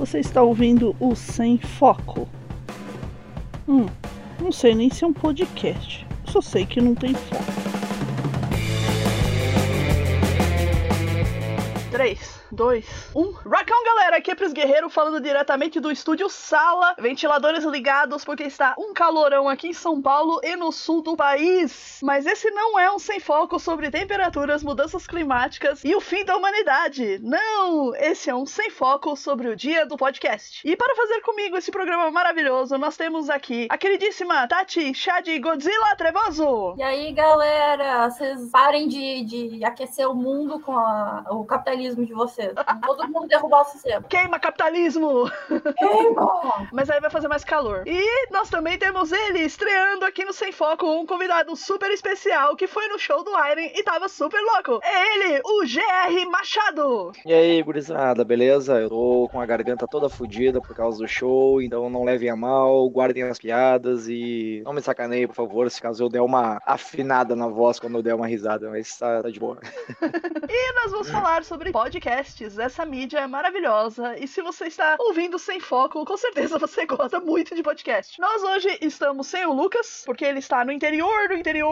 Você está ouvindo o Sem Foco. Não sei nem se é um podcast. Só sei que não tem foco. 3, 2, 1. Rockão, galera! Aqui é Pris Guerreiro falando diretamente do estúdio Sala. Ventiladores ligados porque está um calorão aqui em São Paulo e no sul do país. Mas esse não é um Sem Foco sobre temperaturas, mudanças climáticas e o fim da humanidade. Não! Esse é um Sem Foco sobre o dia do podcast. E para fazer comigo esse programa maravilhoso, nós temos aqui a queridíssima Tati Chad Godzilla Trevoso. E aí, galera, vocês parem de aquecer o mundo com o capitalismo de vocês. Todo mundo derrubar o sistema. Queima capitalismo! Queima! Mas aí vai fazer mais calor. E nós também temos ele estreando aqui no Sem Foco, um convidado super especial que foi no show do Iron e tava super louco. É ele, o GR Machado. E aí, gurizada, beleza? Eu tô com a garganta toda fodida por causa do show, então não levem a mal, guardem as piadas e não me sacaneiem, por favor, se caso eu der uma afinada na voz quando eu der uma risada, mas tá de boa. E nós vamos falar sobre podcasts, essa mídia é maravilhosa, e se você está ouvindo Sem Foco, com certeza você gosta muito de podcast. Nós hoje estamos sem o Lucas, porque ele está no interior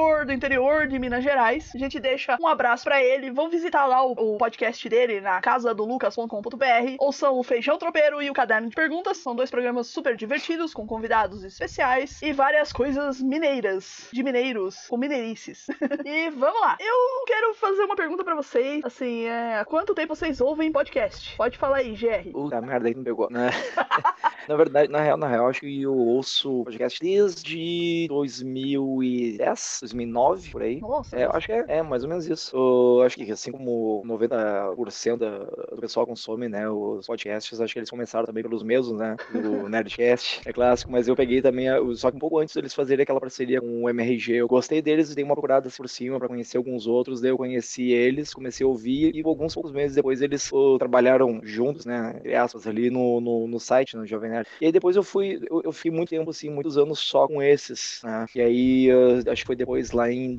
de Minas Gerais. A gente deixa um abraço pra ele, vão visitar lá o podcast dele na casadoLucas.com.br, ouçam o Feijão Tropeiro e o Caderno de Perguntas, são dois programas super divertidos, com convidados especiais e várias coisas mineiras, de mineiros, com mineirices. E vamos lá, eu quero fazer uma pergunta pra vocês, assim, há quanto tempo vocês ouvem podcast? Pode falar aí, GR. Puta merda, aí não pegou, né? Na verdade, na real, acho que eu ouço podcast desde 2010, 2009, por aí. Nossa. Eu acho que é mais ou menos isso. Eu acho que assim como 90% do pessoal consome, né, os podcasts, acho que eles começaram também pelos mesmos, né, do Nerdcast, é clássico, mas eu peguei também, só que um pouco antes deles fazerem aquela parceria com o MRG, eu gostei deles e dei uma procurada assim por cima pra conhecer alguns outros, daí eu conheci eles, comecei a ouvir e alguns poucos meses depois eles trabalharam juntos, né, entre aspas, ali no site, no Jovem Nerd. E aí depois eu fiquei muito tempo, assim, muitos anos só com esses, né, e aí acho que foi depois lá em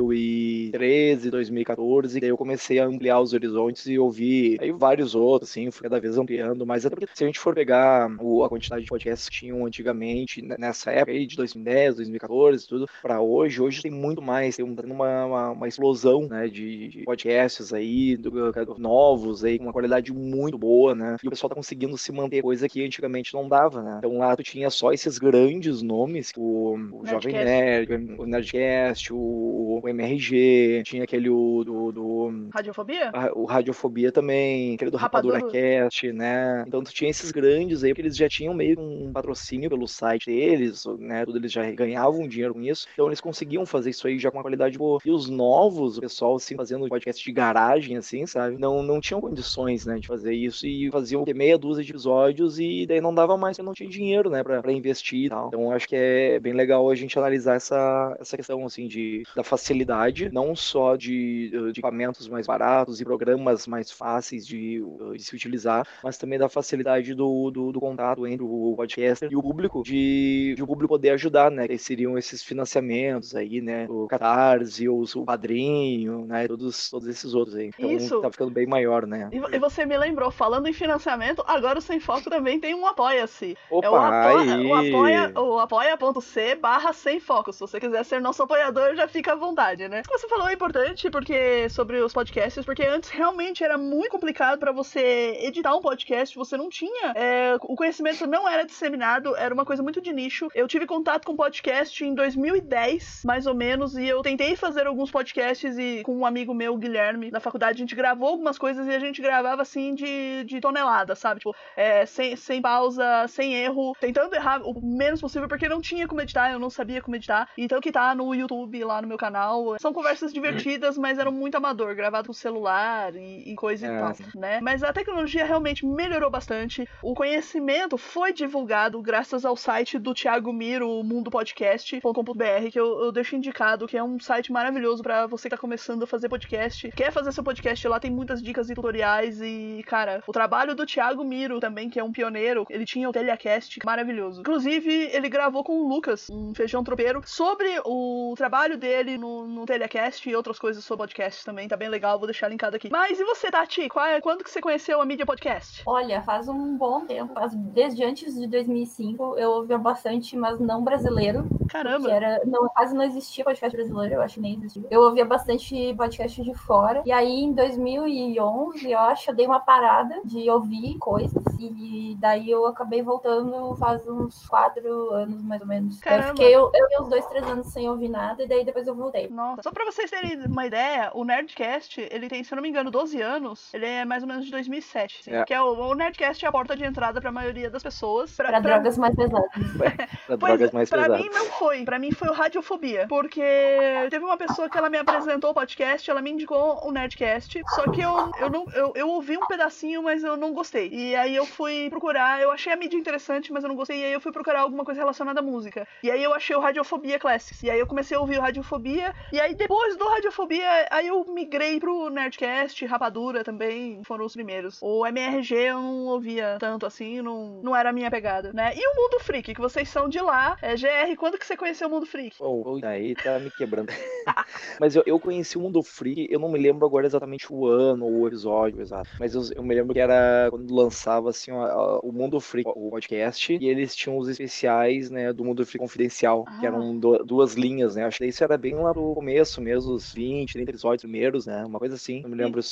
2013, 2014, daí eu comecei a ampliar os horizontes e ouvir aí vários outros, assim, fui cada vez ampliando, mas até porque se a gente for pegar a quantidade de podcasts que tinham antigamente, nessa época aí de 2010, 2014, tudo, pra hoje tem muito mais, tem uma explosão, né, de podcasts aí, novos aí, com uma qualidade muito boa, né, e o pessoal tá conseguindo se manter, coisa que antigamente não dava, né, então lá tu tinha só esses grandes nomes, o Jovem Nerd, o Nerdcast, o MRG, tinha aquele do Radiofobia? O Radiofobia também, aquele do Rapadura Cast, né? Então tu tinha esses grandes aí, porque eles já tinham meio um patrocínio pelo site deles, né? Tudo, eles já ganhavam dinheiro com isso. Então eles conseguiam fazer isso aí já com uma qualidade boa. E os novos, o pessoal, assim, fazendo podcast de garagem, assim, sabe? Não tinham condições, né, de fazer isso. E faziam meia dúzia de episódios e daí não dava mais, porque não tinha dinheiro, né, pra investir e tal. Então acho que é bem legal a gente analisar essa questão, assim, da facilidade, não só de equipamentos mais baratos e programas mais fáceis de se utilizar, mas também da facilidade do contato entre o podcaster e o público, de o público poder ajudar, né, que seriam esses financiamentos aí, né, o Catarse, o Padrinho, né, todos esses outros aí. Então isso. Tá ficando bem maior, né. E você me lembrou, falando em financiamento, agora o Sem Foco também tem um Apoia-se. Opa, o apoia.c/Sem Foco. Se você quiser ser nosso apoiador, já fica à vontade, né? O que você falou é importante porque sobre os podcasts, porque antes realmente era muito complicado pra você editar um podcast, você não tinha, o conhecimento não era disseminado, era uma coisa muito de nicho. Eu tive contato com podcast em 2010, mais ou menos, e eu tentei fazer alguns podcasts e com um amigo meu, Guilherme, na faculdade, a gente gravou algumas coisas e a gente gravava assim de tonelada, sabe? Tipo, sem pausa, sem erro, tentando errar o menos possível, porque não tinha como editar, eu não sabia como editar. Então que tá no YouTube, lá no meu canal, são conversas divertidas, mas eram muito amador, gravado com celular e coisa e tal, né? Mas a tecnologia realmente melhorou bastante. O conhecimento foi divulgado graças ao site do Thiago Miro, mundopodcast.com.br, que eu deixo indicado, que é um site maravilhoso pra você que tá começando a fazer podcast. Quer fazer seu podcast lá, tem muitas dicas e tutoriais e, cara, o trabalho do Thiago Miro também, que é um pioneiro, ele tinha tinha o Telecast, maravilhoso. Inclusive, ele gravou com o Lucas, um feijão tropeiro, sobre o trabalho dele no Telecast e outras coisas sobre podcast também. Tá bem legal, vou deixar linkado aqui. Mas e você, Tati? Quando que você conheceu a mídia podcast? Olha, faz um bom tempo. Desde antes de 2005, eu ouvia bastante, mas não brasileiro. Caramba! Quase não existia podcast brasileiro, eu acho que nem existia. Eu ouvia bastante podcast de fora. E aí, em 2011, eu acho, eu dei uma parada de ouvir coisas. E daí eu acabei voltando faz uns 4 anos, mais ou menos. Caramba. Eu fiquei uns 2, 3 anos sem ouvir nada, e daí depois eu voltei. Nossa, só pra vocês terem uma ideia, o Nerdcast, ele tem, se eu não me engano, 12 anos. Ele é mais ou menos de 2007. Assim, que é o Nerdcast é a porta de entrada pra maioria das pessoas. Pra drogas mais pesadas. Pra drogas mais pesadas. Pra mim não foi. Pra mim foi o Radiofobia. Porque teve uma pessoa que ela me apresentou o podcast, ela me indicou o Nerdcast. Só que eu ouvi um pedacinho, mas eu não gostei. E aí eu fui procurar, eu achei a mídia interessante, mas eu não gostei. E aí eu fui procurar alguma coisa relacionada à música. E aí eu achei o Radiofobia Classics. E aí eu comecei a ouvir o Radiofobia. E aí depois do Radiofobia, aí eu migrei pro Nerdcast, Rapadura também, foram os primeiros. O MRG eu não ouvia tanto assim, não era a minha pegada, né? E o Mundo Freak, que vocês são de lá. GR, quando que você conheceu o Mundo Freak? Aí tá me quebrando. Mas eu conheci o Mundo Freak, eu não me lembro agora exatamente o ano ou o episódio exato. Mas eu me lembro que era quando lançava assim o Mundo Freak, o podcast, e eles tinham os especiais, né, do Mundo Freak Confidencial, que eram 2 linhas, né? Acho que isso era bem lá no começo mesmo, os 20, 30 episódios primeiros, né? Uma coisa assim. Não me lembro.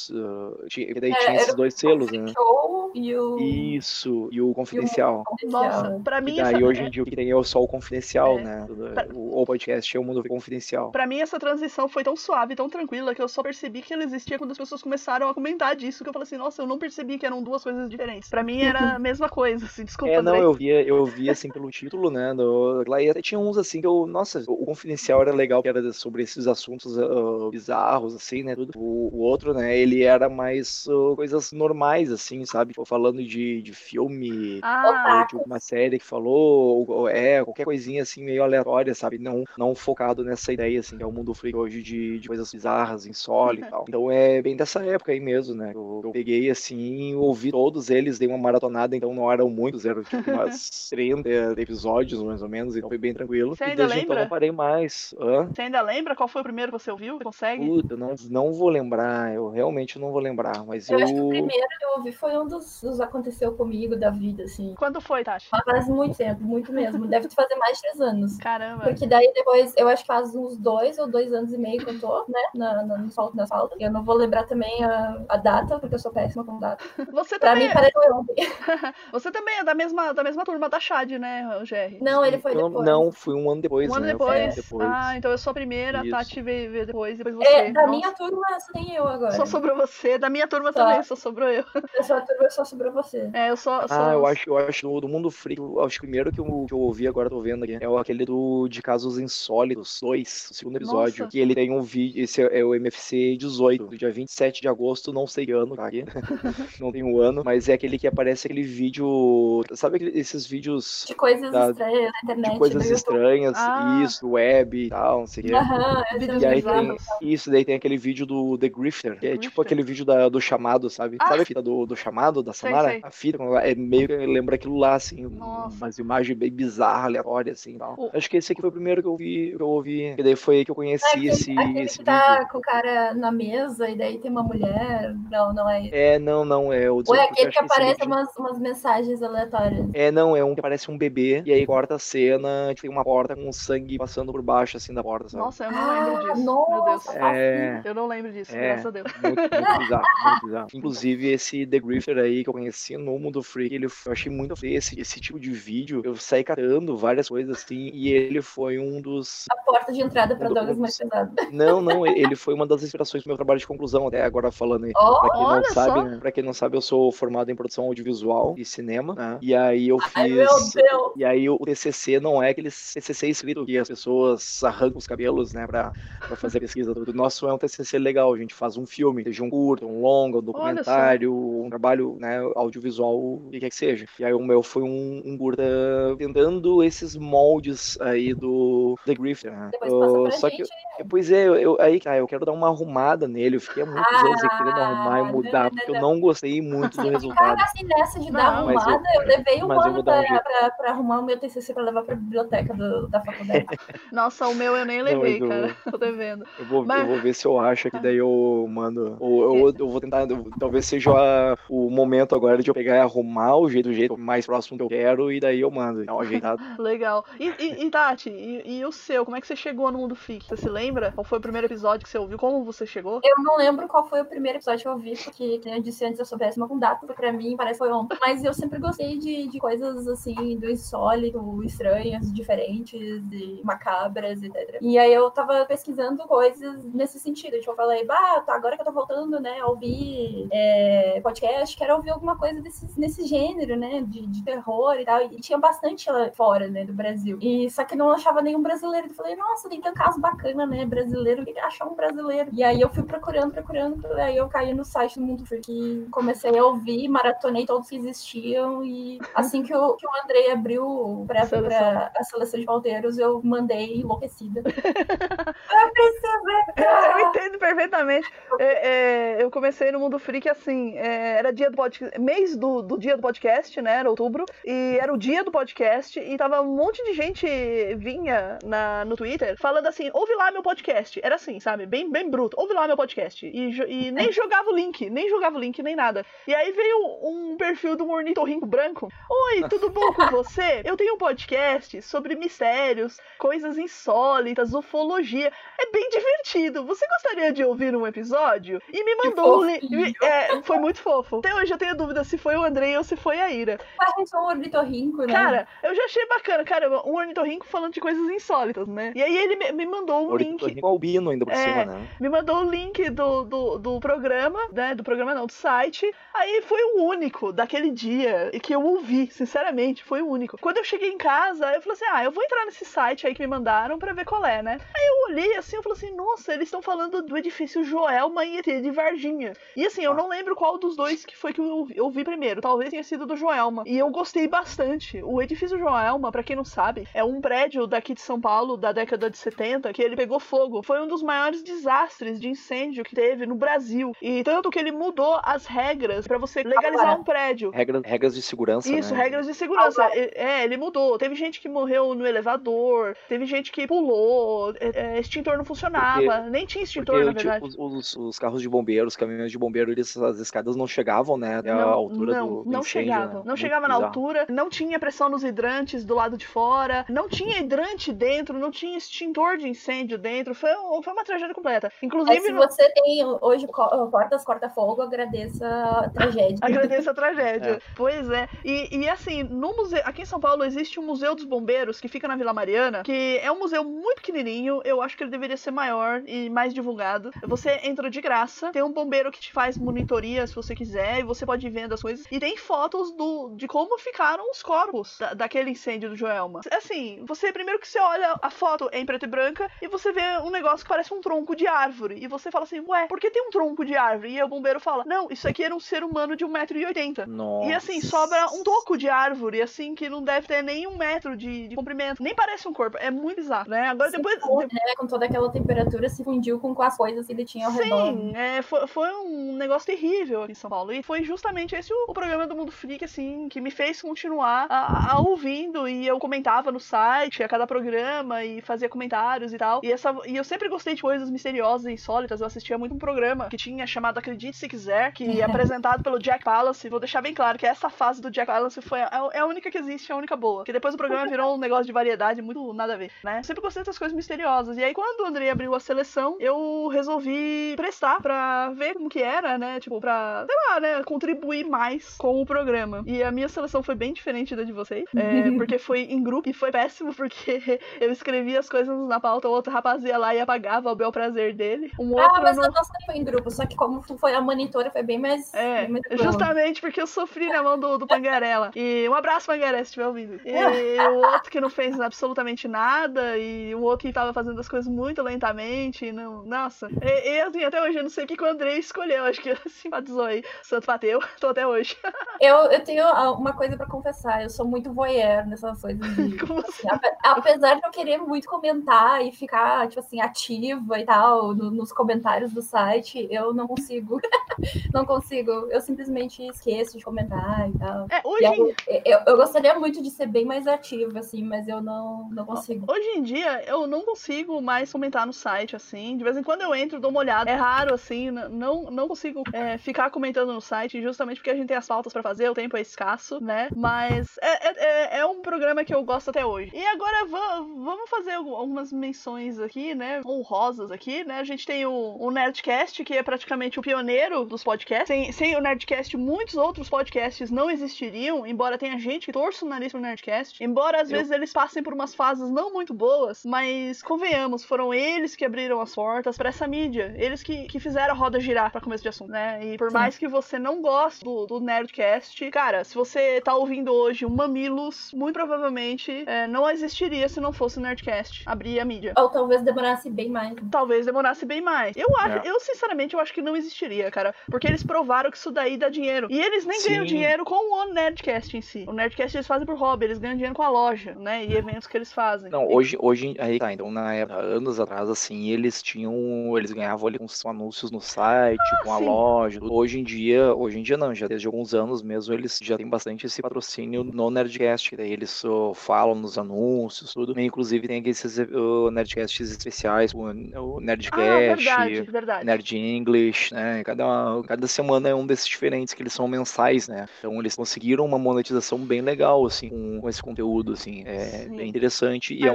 Daí tinha esses 2 selos, né? Show e o... Isso, e o Confidencial. Nossa, pra mim... E daí hoje em dia o que tem é só o Confidencial, né? O podcast é o Mundo Confidencial. Pra mim essa transição foi tão suave, tão tranquila, que eu só percebi que ela existia quando as pessoas começaram a comentar disso, que eu falei assim, nossa, eu não percebi que eram 2 coisas diferentes. Pra mim era a mesma coisa, assim, desculpa, não, eu via assim pelo título, né? Lá e até tinha uns assim que nossa, o Confidencial era legal, que era sobre esses assuntos bizarros, assim, né? Tudo. O outro, né? Ele era mais coisas normais, assim, sabe? Tipo, falando de filme, de uma série que falou, qualquer coisinha assim meio aleatória, sabe? Não focado nessa ideia, assim, que é o Mundo Freak hoje de coisas bizarras, insólitas e tal. Então é bem dessa época aí mesmo, né? Eu peguei assim, ouvi todos eles, dei uma maratonada, então não eram muitos, eram tipo umas 30 episódios, mais ou menos, então foi bem tranquilo. Você ainda lembra? Então não parei mais. Você ainda lembra qual foi o primeiro que você ouviu? Você consegue? Puta, eu não vou lembrar, eu realmente não vou lembrar, mas eu acho que o primeiro que eu ouvi foi um dos Aconteceu Comigo da vida, assim. Quando foi, Tati? Faz muito tempo, muito mesmo. Deve fazer mais de 3 anos. Caramba. Porque daí depois, eu acho que faz uns 2 ou 2 anos e meio que eu tô, né, na falta. Eu não vou lembrar também a data, porque eu sou péssima com data. Você pra também mim parece que foi ontem. Você também é da mesma turma da Chad, né, GR? Não, ele foi depois. Não, fui um ano depois, Um ano né? depois? Ah, então eu sou a primeira, Isso. a Tati veio depois você. Da minha turma, só tem eu agora. Só sobrou você, da minha turma também, só sobrou eu. Da sua turma só sobrou você. Eu sou... eu acho do Mundo Freak, acho que o primeiro que eu ouvi, agora tô vendo aqui, é aquele de Casos Insólitos 2, o segundo episódio, que ele tem um vídeo, esse é o MFC 18, do dia 27 de agosto, não sei que ano, tá aqui, não tem um ano, mas é aquele que aparece aquele vídeo, sabe esses vídeos... De coisas estranhas na internet, de coisas estranhas, isso, web e tal, não sei o que. E aí tem isso, daí tem aquele víeo do The Grifter, que é tipo aquele vídeo do chamado, sabe? Sabe a fita do chamado, da Samara? Sei. A fita, é meio que lembra aquilo lá, assim, umas imagens bem bizarras, aleatórias, assim, tal. Acho que esse aqui foi o primeiro que eu ouvi, que daí foi aí que eu conheci esse que tá vídeo. Com o cara na mesa e daí tem uma mulher, não é... Não, é o... Ou é aquele que aparece umas mensagens aleatórias. Não, é um que parece um bebê, e aí corta a cena, tipo, tem uma porta com sangue passando por baixo, assim, da porta, sabe? Nossa, eu não lembro disso, nossa, meu Deus. Assim. Eu não lembro disso, graças a Deus. Muito bizarro. Inclusive, esse The Grifter aí, que eu conheci no Mundo Freak, eu achei muito esse tipo de vídeo, eu saí catando várias coisas, assim, e ele foi um dos... A porta de entrada pra drogas mais pesadas. Não, ele foi uma das inspirações do meu trabalho de conclusão, até agora falando aí. Pra quem não sabe, eu sou formado em produção audiovisual e cinema, né? E aí eu fiz... Ai, meu Deus! E aí o TCC não é aquele TCC escrito que as pessoas arrancam os cabelos, né, pra fazer pesquisa. O nosso é um TCC legal, a gente faz um filme, seja um curto, um longo, um documentário, um trabalho, né, né, audiovisual, o que quer que seja. E aí o meu foi um curta tentando esses moldes aí do The Grifter, né? Depois passa pra Só gente. que, pois é, eu quero dar uma arrumada nele. Eu fiquei há muitos anos aí querendo arrumar e mudar, porque eu não gostei muito do resultado. Assim, nessa de dar Não, arrumada, eu levei um mas eu ano vou dar um jeito. pra arrumar o meu TCC pra levar pra biblioteca da faculdade. Nossa, o meu eu nem levei, cara. Tô devendo. Eu vou Mas- ver se eu acho aqui, daí eu mando. Ou eu vou tentar, talvez seja o momento agora de eu pegar e arrumar o jeito mais próximo que eu quero, e daí eu mando. Dar uma ajeitada. Legal. E Tati, e o seu? Como é que você chegou no Mundo Freak? Você se lembra? Qual foi o primeiro episódio que você ouviu? Como você chegou? Eu não lembro qual foi o primeiro episódio que eu vi, porque, como eu disse antes, eu sou péssima com data, porque pra mim parece que foi ontem. Mas eu sempre gostei de coisas, assim, do insólito, estranhas, diferentes, e macabras, etc. E aí eu tava pesquisando coisas nesse sentido. Tipo, eu falei, tá, agora que eu tô voltando, né, a ouvir podcast, quero ouvir alguma coisa nesse gênero, né, de terror e tal. E tinha bastante lá fora, né, do Brasil. E só que não achava nenhum brasileiro. Eu falei, nossa, tem que um caso bacana, né, brasileiro, tem que achar um brasileiro. E aí eu fui procurando, aí eu caí no site do Mundo Freak e comecei a ouvir, maratonei todos que existiam, e assim que o Andrei abriu pra a seleção de pauteiros, eu mandei enlouquecida. Eu preciso Eu entendo perfeitamente. Eu comecei no Mundo Freak assim, era dia do podcast, mês do dia do podcast, né? Era outubro, e era o dia do podcast, e tava um monte de gente vinha no Twitter falando assim, ouve lá meu podcast. Era assim, sabe? Bem bruto. Ouve lá meu podcast. E nem jogava o link, nem nada. E aí veio um perfil de um ornitorrinco branco. Oi, tudo bom com você? Eu tenho um podcast sobre mistérios, coisas insólitas, ufologia. É bem divertido. Você gostaria de ouvir um episódio? E me mandou um link. Foi muito fofo. Até hoje eu tenho dúvida se foi o Andrei ou se foi a Ira. Parece um ornitorrinco, né? Cara, eu já achei bacana, cara, um ornitorrinco falando de coisas insólitas, né? E aí ele me mandou um link. Ornitorrinco albino ainda por cima, né? Me mandou o link do programa, né? Do programa não, do site. Aí foi o único daquele dia que eu ouvi, sinceramente, foi o único. Quando eu cheguei em casa, eu falei assim, eu vou entrar nesse site aí que me mandaram pra ver qual é, né? Aí eu olhei assim, eu falei assim, nossa, eles estão falando do edifício Joelma e ET de Varginha. E assim, eu não lembro qual dos dois que foi que eu vi primeiro. Talvez tenha sido do Joelma. E eu gostei bastante. O edifício Joelma, pra quem não sabe, é um prédio daqui de São Paulo, da década de 70, que ele pegou fogo. Foi um dos maiores desastres de incêndio que teve no Brasil. E tanto que ele mudou as regras pra você legalizar um prédio. Regras de segurança, Isso, né? regras de segurança. Ele mudou. Teve gente que morreu no elevador, teve gente que pulou, extintor não funcionava, nem tinha extintor, na verdade. Os carros de bombeiros, os caminhões de bombeiro, as escadas não chegavam, né? Até a altura do não incêndio, chegavam. né? Não chegava na altura, não tinha pressão nos hidrantes do lado de fora, não tinha hidrante dentro, não tinha extintor de incêndio dentro. Foi uma tragédia completa. Inclusive, se você tem hoje corta-fogo, agradeça a tragédia. Agradeça a tragédia. Pois é. E assim, no museu, aqui em São Paulo existe um Museu dos Bombeiros que fica na Vila Mariana, que é um museu muito pequenininho. Eu acho que ele deveria ser maior e mais divulgado. Você entra de graça, tem um bombeiro que te faz monitoria se você quiser, e você pode ir vendo as coisas. E tem fotos de como ficaram os corpos daquele incêndio do Joelma. Assim, primeiro que você olha a foto em preto e branca e você vê um negócio que parece um tronco de árvore. E você fala assim, ué, por que tem um tronco de árvore? E aí o bombeiro fala, não, isso aqui era um ser humano de 1,80 m. E assim, sobra um toco de árvore, assim, que não deve ter nem 1 metro de comprimento. Nem parece um corpo, é muito bizarro, né? Agora depois... né, com toda aquela temperatura, se fundiu com as coisas que ele tinha ao redor. Sim, foi um negócio terrível aqui em São Paulo. E foi justamente esse o programa do Mundo Freak, assim, que me fez continuar ouvindo. E eu comentava no site, a cada programa, e fazia comentários e tal. E eu sempre gostei de coisas misteriosas e insólitas. Eu assistia muito um programa que tinha chamado Acredite Se Quiser, que é apresentado pelo Jack Palance. Vou deixar bem claro que essa fase do Jack Palance foi a única que existe, a única boa. Que depois o programa virou um negócio de variedade muito nada a ver, né? Eu sempre gostei dessas coisas misteriosas. E aí, quando o Andrei abriu a seleção, eu resolvi prestar pra ver como que era, né? Tipo, pra, sei lá, né? Contribuir mais com o programa. E a minha seleção foi bem diferente da de vocês. Porque foi em grupo e foi péssimo, porque eu escrevia as coisas na pauta, o outro rapaz ia lá e apagava o bel prazer dele. Mas a nossa foi em grupo, só que como foi a monitora, foi bem mais... Justamente porque eu sofri na mão do Pangarela. E um abraço, Pangarela, se estiver ouvindo. E o outro que não fez absolutamente nada, e o outro que tava fazendo as coisas muito lentamente, não... Nossa. E assim, até hoje eu não sei o que o Andrei escolheu, acho que simpatizou aí Santo Pateiro. eu tô até hoje. Eu tenho uma coisa pra confessar, eu sou muito voyeur nessas coisas de, assim, apesar de eu querer muito comentar e ficar, tipo assim, ativa e tal, nos comentários do site, eu não consigo. Não consigo, eu simplesmente esqueço de comentar e tal. Eu gostaria muito de ser bem mais ativa, assim, mas eu não consigo. Hoje em dia, eu não consigo mais comentar no site, assim. De vez em quando eu entro, dou uma olhada. É raro, assim, não consigo ficar comentando no site, justamente porque a gente tem as pautas pra fazer, o tempo é escasso, né? Mas é um programa que eu gosto até hoje. E agora vamos fazer algumas menções aqui, né? Honrosas aqui, né? A gente tem o Nerdcast, que é praticamente o pioneiro dos podcasts. Sem o Nerdcast, muitos outros podcasts não existiriam, embora tenha gente que torça o nariz pro Nerdcast. Embora, às vezes, eles passem por umas fases não muito boas, mas, convenhamos, foram eles que abriram as portas pra essa mídia. Eles que fizeram a roda girar pra começo de assunto, né? E por mais que você não goste do Nerdcast, cara, se você tá ouvindo hoje o Mamilos, muito provavelmente não existiria se não fosse o Nerdcast abrir a mídia. Ou talvez demorasse bem mais. Talvez demorasse bem mais. Eu sinceramente, eu acho que não existiria, cara. Porque eles provaram que isso daí dá dinheiro. E eles nem ganham dinheiro com o Nerdcast em si. O Nerdcast eles fazem por hobby, eles ganham dinheiro com a loja, né? E eventos que eles fazem. Não, hoje aí tá, então na época, anos atrás, assim, eles ganhavam ali com anúncios no site, com a loja. Hoje em dia não, já desde alguns anos mesmo, eles já têm bastante esse patrocínio no Nerdcast, daí eles falam nos anúncios, tudo. E, inclusive tem esses Nerdcasts especiais, o Nerdcast, verdade. Nerd English, né? Cada semana é um desses diferentes, que eles são mensais, né? Então eles conseguiram uma monetização bem legal, assim, com esse conteúdo, assim, bem interessante. E é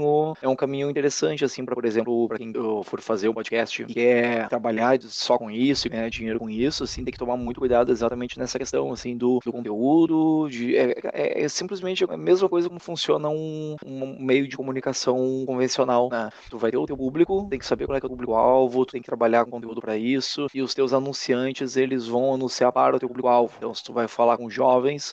um caminho interessante, assim, por exemplo, para quem for fazer um podcast e quer trabalhar só com isso e ganhar dinheiro com isso, assim, tem que tomar muito cuidado exatamente nessa questão, assim, do conteúdo, é simplesmente a mesma coisa como funciona um meio de comunicação convencional, né? Tu vai ter o teu público, tem que saber qual é que é o público-alvo, tu tem que trabalhar com conteúdo para isso, e os teus anunciantes, eles vão anunciar para o teu público-alvo. Então, se tu vai falar com jovens,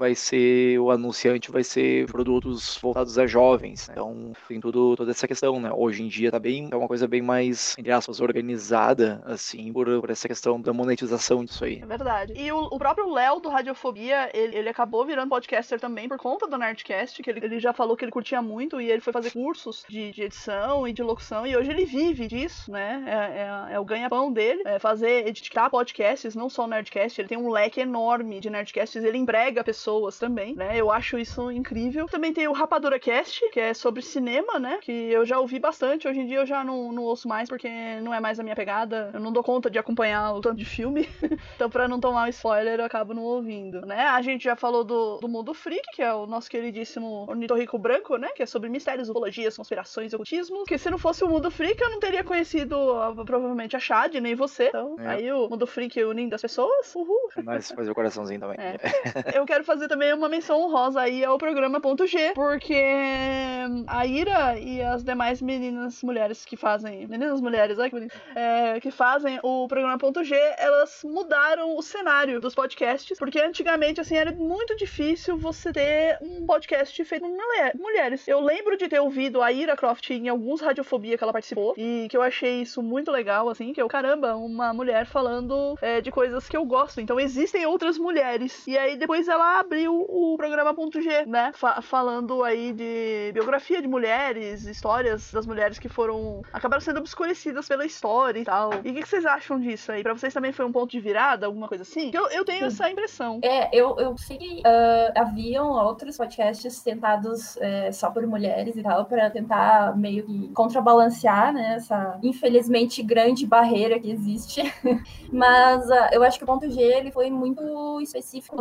o anunciante vai ser produtos voltados a jovens, né? Então, tem toda essa questão, né? Hoje em dia é uma coisa bem mais, entre aspas, organizada, assim, por essa questão da monetização disso aí. É verdade. E o próprio Léo do Radiofobia, ele acabou virando podcaster também por conta do Nerdcast, que ele já falou que ele curtia muito e ele foi fazer cursos de edição e de locução, e hoje ele vive disso, né? É o ganha-pão dele, editar podcasts, não só o Nerdcast, ele tem um leque enorme de Nerdcasts, ele emprega pessoas também, né? Eu acho isso incrível. Também tem o Rapadura Cast, que é sobre cinema, né? Que eu já ouvi bastante, hoje em dia eu já não ouço mais, porque não é mais a minha pegada, eu não dou conta de acompanhar o tanto de filme, então pra não tomar um spoiler, eu acabo não ouvindo, né? A gente já falou do Mundo Freak, que é o nosso queridíssimo Ornitorrinco Branco, né? Que é sobre mistérios, ufologias, conspirações e ocultismo, que se não fosse o Mundo Freak, eu não teria conhecido provavelmente a Chad, nem você, então aí o Mundo Freak unindo as pessoas, uhul! Mas fazer o coraçãozinho também. Eu quero fazer também uma menção honrosa aí ao programa .G, porque a Ira e as demais mulheres que fazem que fazem o programa .G, elas mudaram o cenário dos podcasts, porque antigamente, assim, era muito difícil você ter um podcast feito por mulheres. Eu lembro de ter ouvido a Ira Croft em alguns Radiofobia que ela participou, e que eu achei isso muito legal, assim, que caramba, uma mulher falando de coisas que eu gosto. Então existem outras mulheres. E aí depois ela abriu o programa .G, né? Falando aí de biografia de mulheres, histórias das mulheres que acabaram sendo obscurecidas pela história e tal. E o que vocês acham disso aí? Pra vocês também foi um ponto de virada, alguma coisa assim? Eu tenho essa impressão. Eu sei que haviam outros podcasts tentados só por mulheres e tal, pra tentar meio que contrabalancear, né, essa infelizmente grande barreira que existe. Mas eu acho que o .G, ele foi muito específico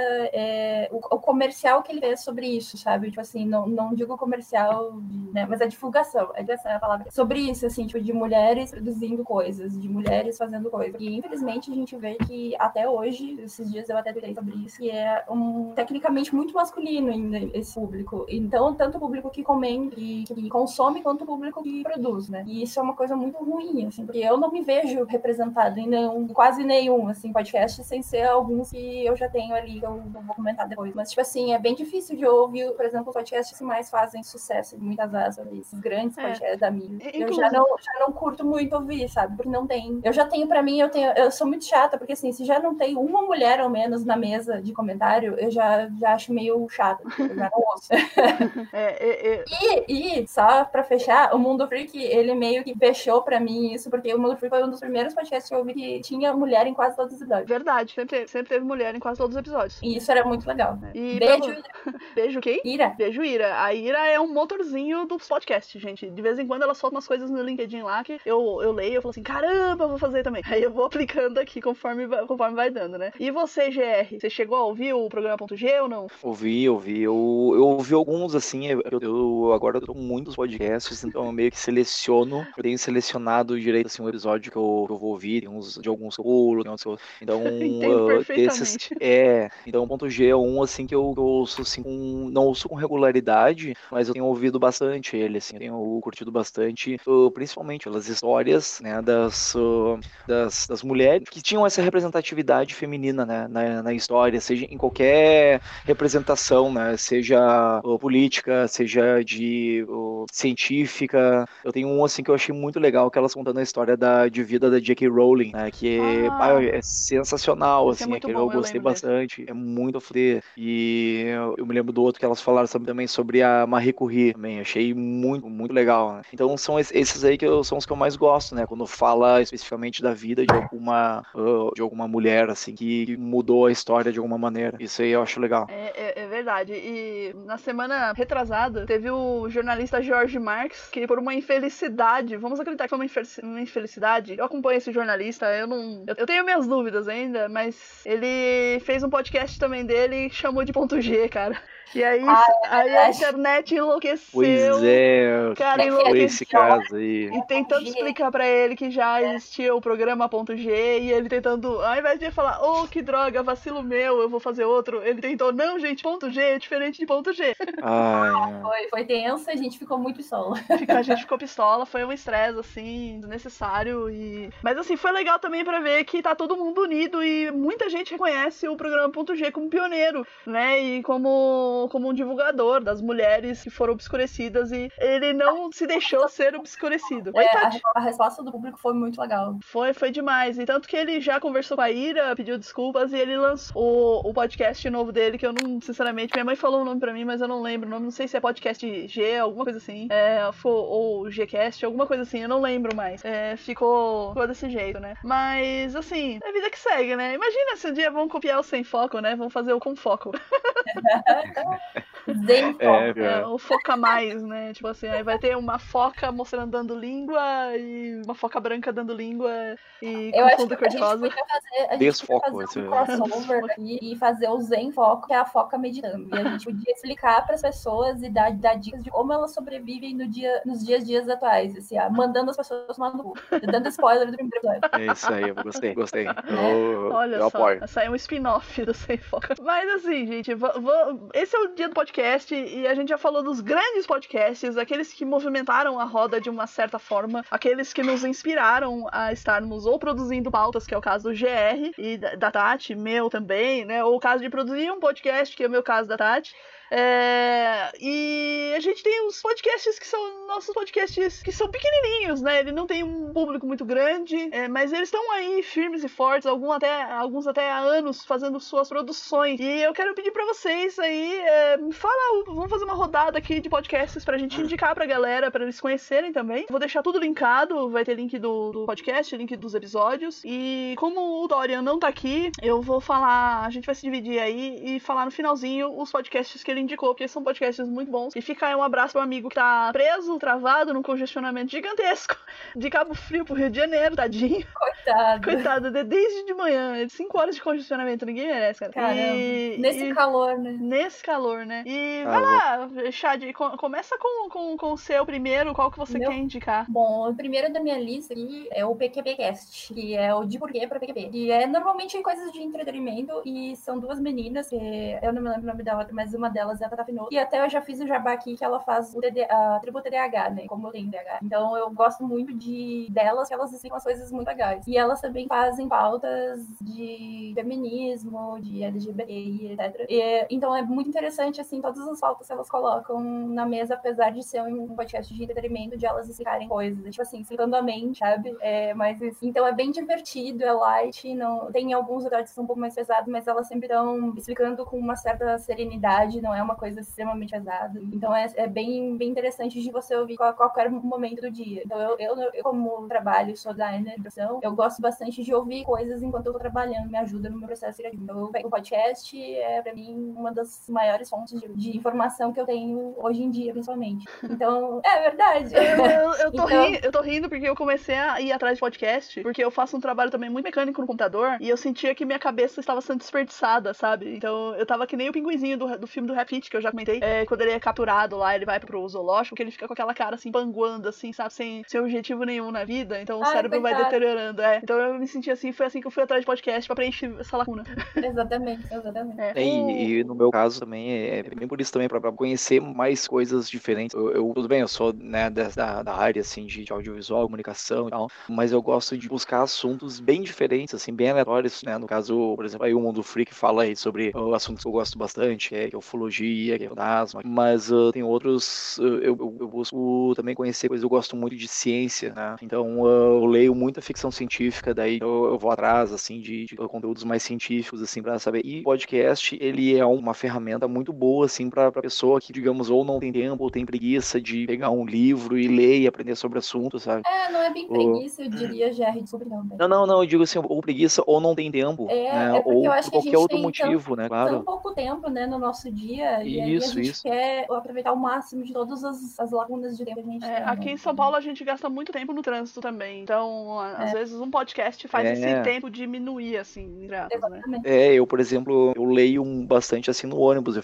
o comercial que ele fez sobre isso, sabe? Tipo assim, não digo comercial, né, mas a divulgação é a palavra. Sobre isso, assim, tipo, de mulheres produzindo coisas, de mulheres fazendo coisas. E infelizmente a gente vê que até hoje, esses dias eu até falei sobre isso, que é tecnicamente muito masculino ainda esse público. Então, tanto o público que comenta, que consome, quanto o público que produz, né? E isso é uma coisa muito ruim, assim, porque eu não me vejo representada em quase nenhum, assim, podcast, sem ser alguns que eu já tenho ali, que eu vou comentar depois. Mas, tipo assim, é bem difícil de ouvir, por exemplo, podcasts que mais fazem sucesso, muitas aspas, esses grandes podcasts da mídia. Eu já não curto muito ouvir, sabe? Porque não tem. Eu já tenho, pra mim, eu sou muito chata, porque assim, se já não tem uma mulher ao menos na mesa de comentário, eu já acho meio chato. Eu já não ouço. E só pra fechar, o Mundo Freak, ele meio que fechou pra mim isso, porque o Mundo Freak foi um dos primeiros podcasts que eu ouvi que tinha mulher em quase todos os episódios. Verdade, sempre teve mulher em quase todos os episódios. E isso era muito legal. E Beijo, Ira. Beijo quem? Ira. Beijo, Ira. A Ira é um motorzinho dos podcasts, gente. De vez em quando ela solta umas coisas no LinkedIn lá que eu leio, eu falo assim, caramba, eu vou fazer também. Aí eu vou aplicando aqui conforme vai dando, né? E você, GR, você chegou a ouvir o programa .g ou não? Ouvi. Eu ouvi alguns, assim, eu agora tô muitos podcasts, então eu meio que seleciono. Eu tenho selecionado direito, assim, um episódio que eu vou ouvir, tem uns de alguns que eu pulo, tem outros que eu... Então, entendo perfeitamente. Então o .g é um, assim, que eu ouço, assim, não ouço com regularidade, mas eu tenho ouvido bastante ele, assim, eu tenho curtido bastante, principalmente pelas histórias, né, das mulheres que tinham essa representatividade feminina, né, na história, seja em qualquer representação, né, seja política, seja de científica. Eu tenho um, assim, que eu achei muito legal, que elas contando a história de vida da J.K. Rowling, né, que é sensacional, assim, muito aquele bom, eu gostei bastante, é muito a fuder. E eu me lembro do outro que elas falaram também sobre a Marie Curie, também, achei muito, muito legal, né? Então são esses aí são os que eu mais gosto, né, quando fala especificamente da vida de alguma mulher, assim, que mudou a história de alguma maneira. Isso aí eu acho legal. É verdade. E na semana retrasada, teve o jornalista George Marks, que por uma infelicidade, vamos acreditar que foi uma infelicidade, eu acompanho esse jornalista, eu tenho minhas dúvidas ainda, mas ele fez um podcast também dele e chamou de .g, cara. E aí, a internet enlouqueceu. Pois é, cara, foi esse caso aí. E tentando explicar pra ele que já existia o programa .g, e ele tentando, ao invés de falar, que droga, vacilo meu, eu vou fazer outro, ele tentou, não, gente, .g é diferente de .g. Foi tenso, a gente ficou muito pistola. A gente ficou pistola, foi um estresse, assim, desnecessário. Mas, assim, foi legal também pra ver que tá todo mundo unido e muita gente reconhece o programa .g como pioneiro, né, e como um divulgador das mulheres que foram obscurecidas, e ele não se deixou ser obscurecido. A resposta do público foi muito legal. Foi demais, e tanto que ele já conversou com a Ira, pediu desculpas, e ele lançou o podcast novo dele, que eu não, sinceramente, minha mãe falou o nome pra mim, mas eu não lembro o nome, não sei se é podcast G, alguma coisa assim, ou Gcast, alguma coisa assim, eu não lembro mais. Ficou desse jeito, né? Mas, assim, é a vida que segue, né? Imagina se um dia vão copiar o Sem Foco, né? Vão fazer o Com Foco. O Foca Mais, né? Tipo assim, aí vai ter uma foca mostrando dando língua e uma foca branca dando língua e com fundo cor-de-rosa. A gente podia fazer um crossover aqui e fazer o Zen Foco, que é a foca meditando. E a gente podia explicar para as pessoas e dar dicas de como elas sobrevivem nos dias atuais, assim, mandando as pessoas tomar no cu, dando spoiler do primeiro episódio. É isso aí, eu gostei. Olha eu só, apoio. saiu um spin-off do Sem Foca. Mas assim, gente, esse é o dia do podcast e a gente já falou dos grandes podcasts, aqueles que movimentaram a roda de uma certa forma, aqueles que nos inspiraram a estarmos ou produzindo pautas, que é o caso do GR e da Tati, meu também, né? Ou o caso de produzir um podcast, que é o meu caso da Tati. E a gente tem uns podcasts que são nossos podcasts que são pequenininhos, né? Ele não tem um público muito grande, mas eles estão aí firmes e fortes, alguns até há anos fazendo suas produções. E eu quero pedir pra vocês aí, vamos fazer uma rodada aqui de podcasts pra gente indicar pra galera, pra eles conhecerem também. Vou deixar tudo linkado, vai ter link do podcast, link dos episódios. E como o Dorian não tá aqui, eu vou falar, a gente vai se dividir aí e falar no finalzinho os podcasts que ele indicou, porque são podcasts muito bons. E fica aí um abraço pro amigo que tá preso, travado, num congestionamento gigantesco de Cabo Frio pro Rio de Janeiro, tadinho. Coitado, desde de manhã, 5 horas de congestionamento, ninguém merece, cara. Caramba, nesse calor, né? Nesse calor, né? E vai lá, Chad, começa com o seu primeiro, qual que você quer indicar? Bom, o primeiro da minha lista aqui é o PQPcast, que é o de porquê pra PQP. E normalmente coisas de entretenimento, e são duas meninas, que eu não me lembro o nome da outra, mas uma delas delas é a Tata Finoto. E até eu já fiz o jabá aqui que ela faz a tribo TDAH, né? Como eu tenho TDAH. Então eu gosto muito delas, que elas explicam as coisas muito legais. E elas também fazem pautas de feminismo, de LGBT, etc. Então é muito interessante, assim, todas as pautas que elas colocam na mesa, apesar de ser um podcast de entretenimento, de elas explicarem coisas. Tipo assim, explicando a mente, sabe? Mas, assim, então é bem divertido, é light, não... tem alguns episódios que são um pouco mais pesados, mas elas sempre estão explicando com uma certa serenidade, não é uma coisa extremamente pesada. Então é bem, bem interessante de você ouvir a qualquer momento do dia. Então eu como trabalho, sou designer, eu gosto bastante de ouvir coisas enquanto eu tô trabalhando, me ajuda no meu processo criativo. Então eu pego o podcast, pra mim uma das maiores fontes de informação que eu tenho hoje em dia, principalmente. Então, é verdade. Eu tô rindo porque eu comecei a ir atrás de podcast, porque eu faço um trabalho também muito mecânico no computador, e eu sentia que minha cabeça estava sendo desperdiçada, sabe? Então eu tava que nem o pinguinzinho do filme do Rafiki, que eu já comentei, quando ele é capturado lá, ele vai pro zoológico, que ele fica com aquela cara assim, panguando, assim, sabe? Sem objetivo nenhum na vida, então o cérebro vai deteriorando, Então eu me senti assim, foi assim que eu fui atrás de podcast pra preencher essa lacuna. Exatamente. E no meu caso também, é bem por isso também, pra conhecer mais coisas diferentes. Tudo bem, eu sou, né, da área, assim, de audiovisual, comunicação e tal, mas eu gosto de buscar assuntos bem diferentes, assim, bem aleatórios, né? No caso, por exemplo, aí o Mundo Freak fala aí sobre assuntos que eu gosto bastante, que é ufologia, que é fantasma, mas tem outros, eu busco também conhecer coisas, eu gosto muito de ciência, né? Então eu leio muita ficção científica, daí eu vou atrás, assim, de conteúdos mais científicos, assim, pra saber. E podcast, ele é uma ferramenta muito boa, assim, pra pessoa que, digamos, ou não tem tempo, ou tem preguiça de pegar um livro e ler e aprender sobre o assunto, sabe? Não é bem preguiça, eu diria, GR, desculpa, não. Não, eu digo assim, ou preguiça ou não tem tempo, né? Porque Ou eu por acho que a qualquer gente outro tem motivo, né? Claro. tão pouco tempo, né, no nosso dia, e aí a gente quer aproveitar o máximo de todas as lacunas de tempo que a gente tem. Aqui em São Paulo a gente gasta muito tempo no trânsito também, então às vezes um podcast faz esse tempo diminuir, assim, né? Eu, por exemplo, eu leio bastante assim no ônibus,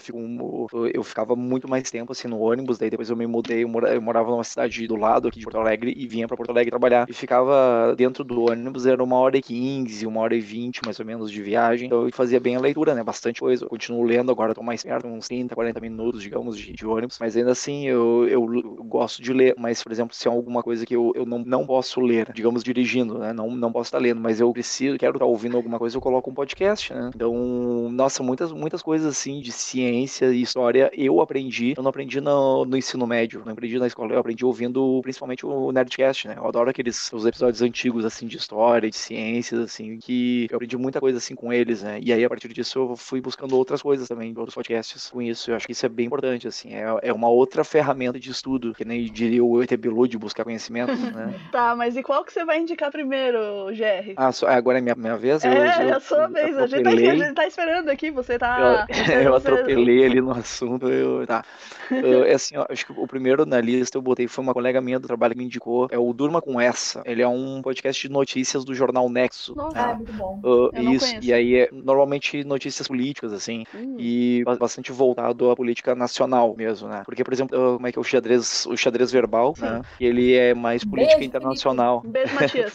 eu ficava muito mais tempo assim no ônibus, daí depois eu me mudei, eu morava numa cidade do lado aqui de Porto Alegre e vinha pra Porto Alegre trabalhar, e ficava dentro do ônibus, era 1h15, 1h20 mais ou menos de viagem, então eu fazia bem a leitura, né, bastante coisa, eu continuo lendo agora, tô mais perto, uns 30, 40 minutos, digamos, de ônibus, mas ainda assim eu gosto de ler, mas, por exemplo, se é alguma coisa que eu não posso ler, digamos, dirigindo, né, não posso estar lendo, mas eu quero estar ouvindo alguma coisa, eu coloco um podcast, né, então, nossa, muitas coisas assim de ciência e história eu não aprendi no ensino médio, não aprendi na escola, eu aprendi ouvindo principalmente o Nerdcast, né, eu adoro os episódios antigos, assim, de história, de ciências, assim, que eu aprendi muita coisa, assim, com eles, né, e aí a partir disso eu fui buscando outras coisas também, outros podcasts com isso, eu acho que isso é bem importante, assim, é uma outra ferramenta de estudo, que nem diria o ET Bilu, de buscar conhecimento, né. Tá, mas e qual que você vai indicar primeiro, GR? Agora é minha vez? É a sua vez, a gente tá esperando aqui, você tá... Eu atropelei ali no assunto, tá. Assim, ó, acho que o primeiro na lista eu botei, foi uma colega minha do trabalho que me indicou, é o Durma com Essa, ele é um podcast de notícias do jornal Nexo. Nossa, muito bom. Isso, e aí é normalmente notícias políticas, assim, e bastante voltado à política nacional mesmo, né, porque, por exemplo, como é que é o xadrez verbal, né, e ele é mais política internacional. Beijo, Matias.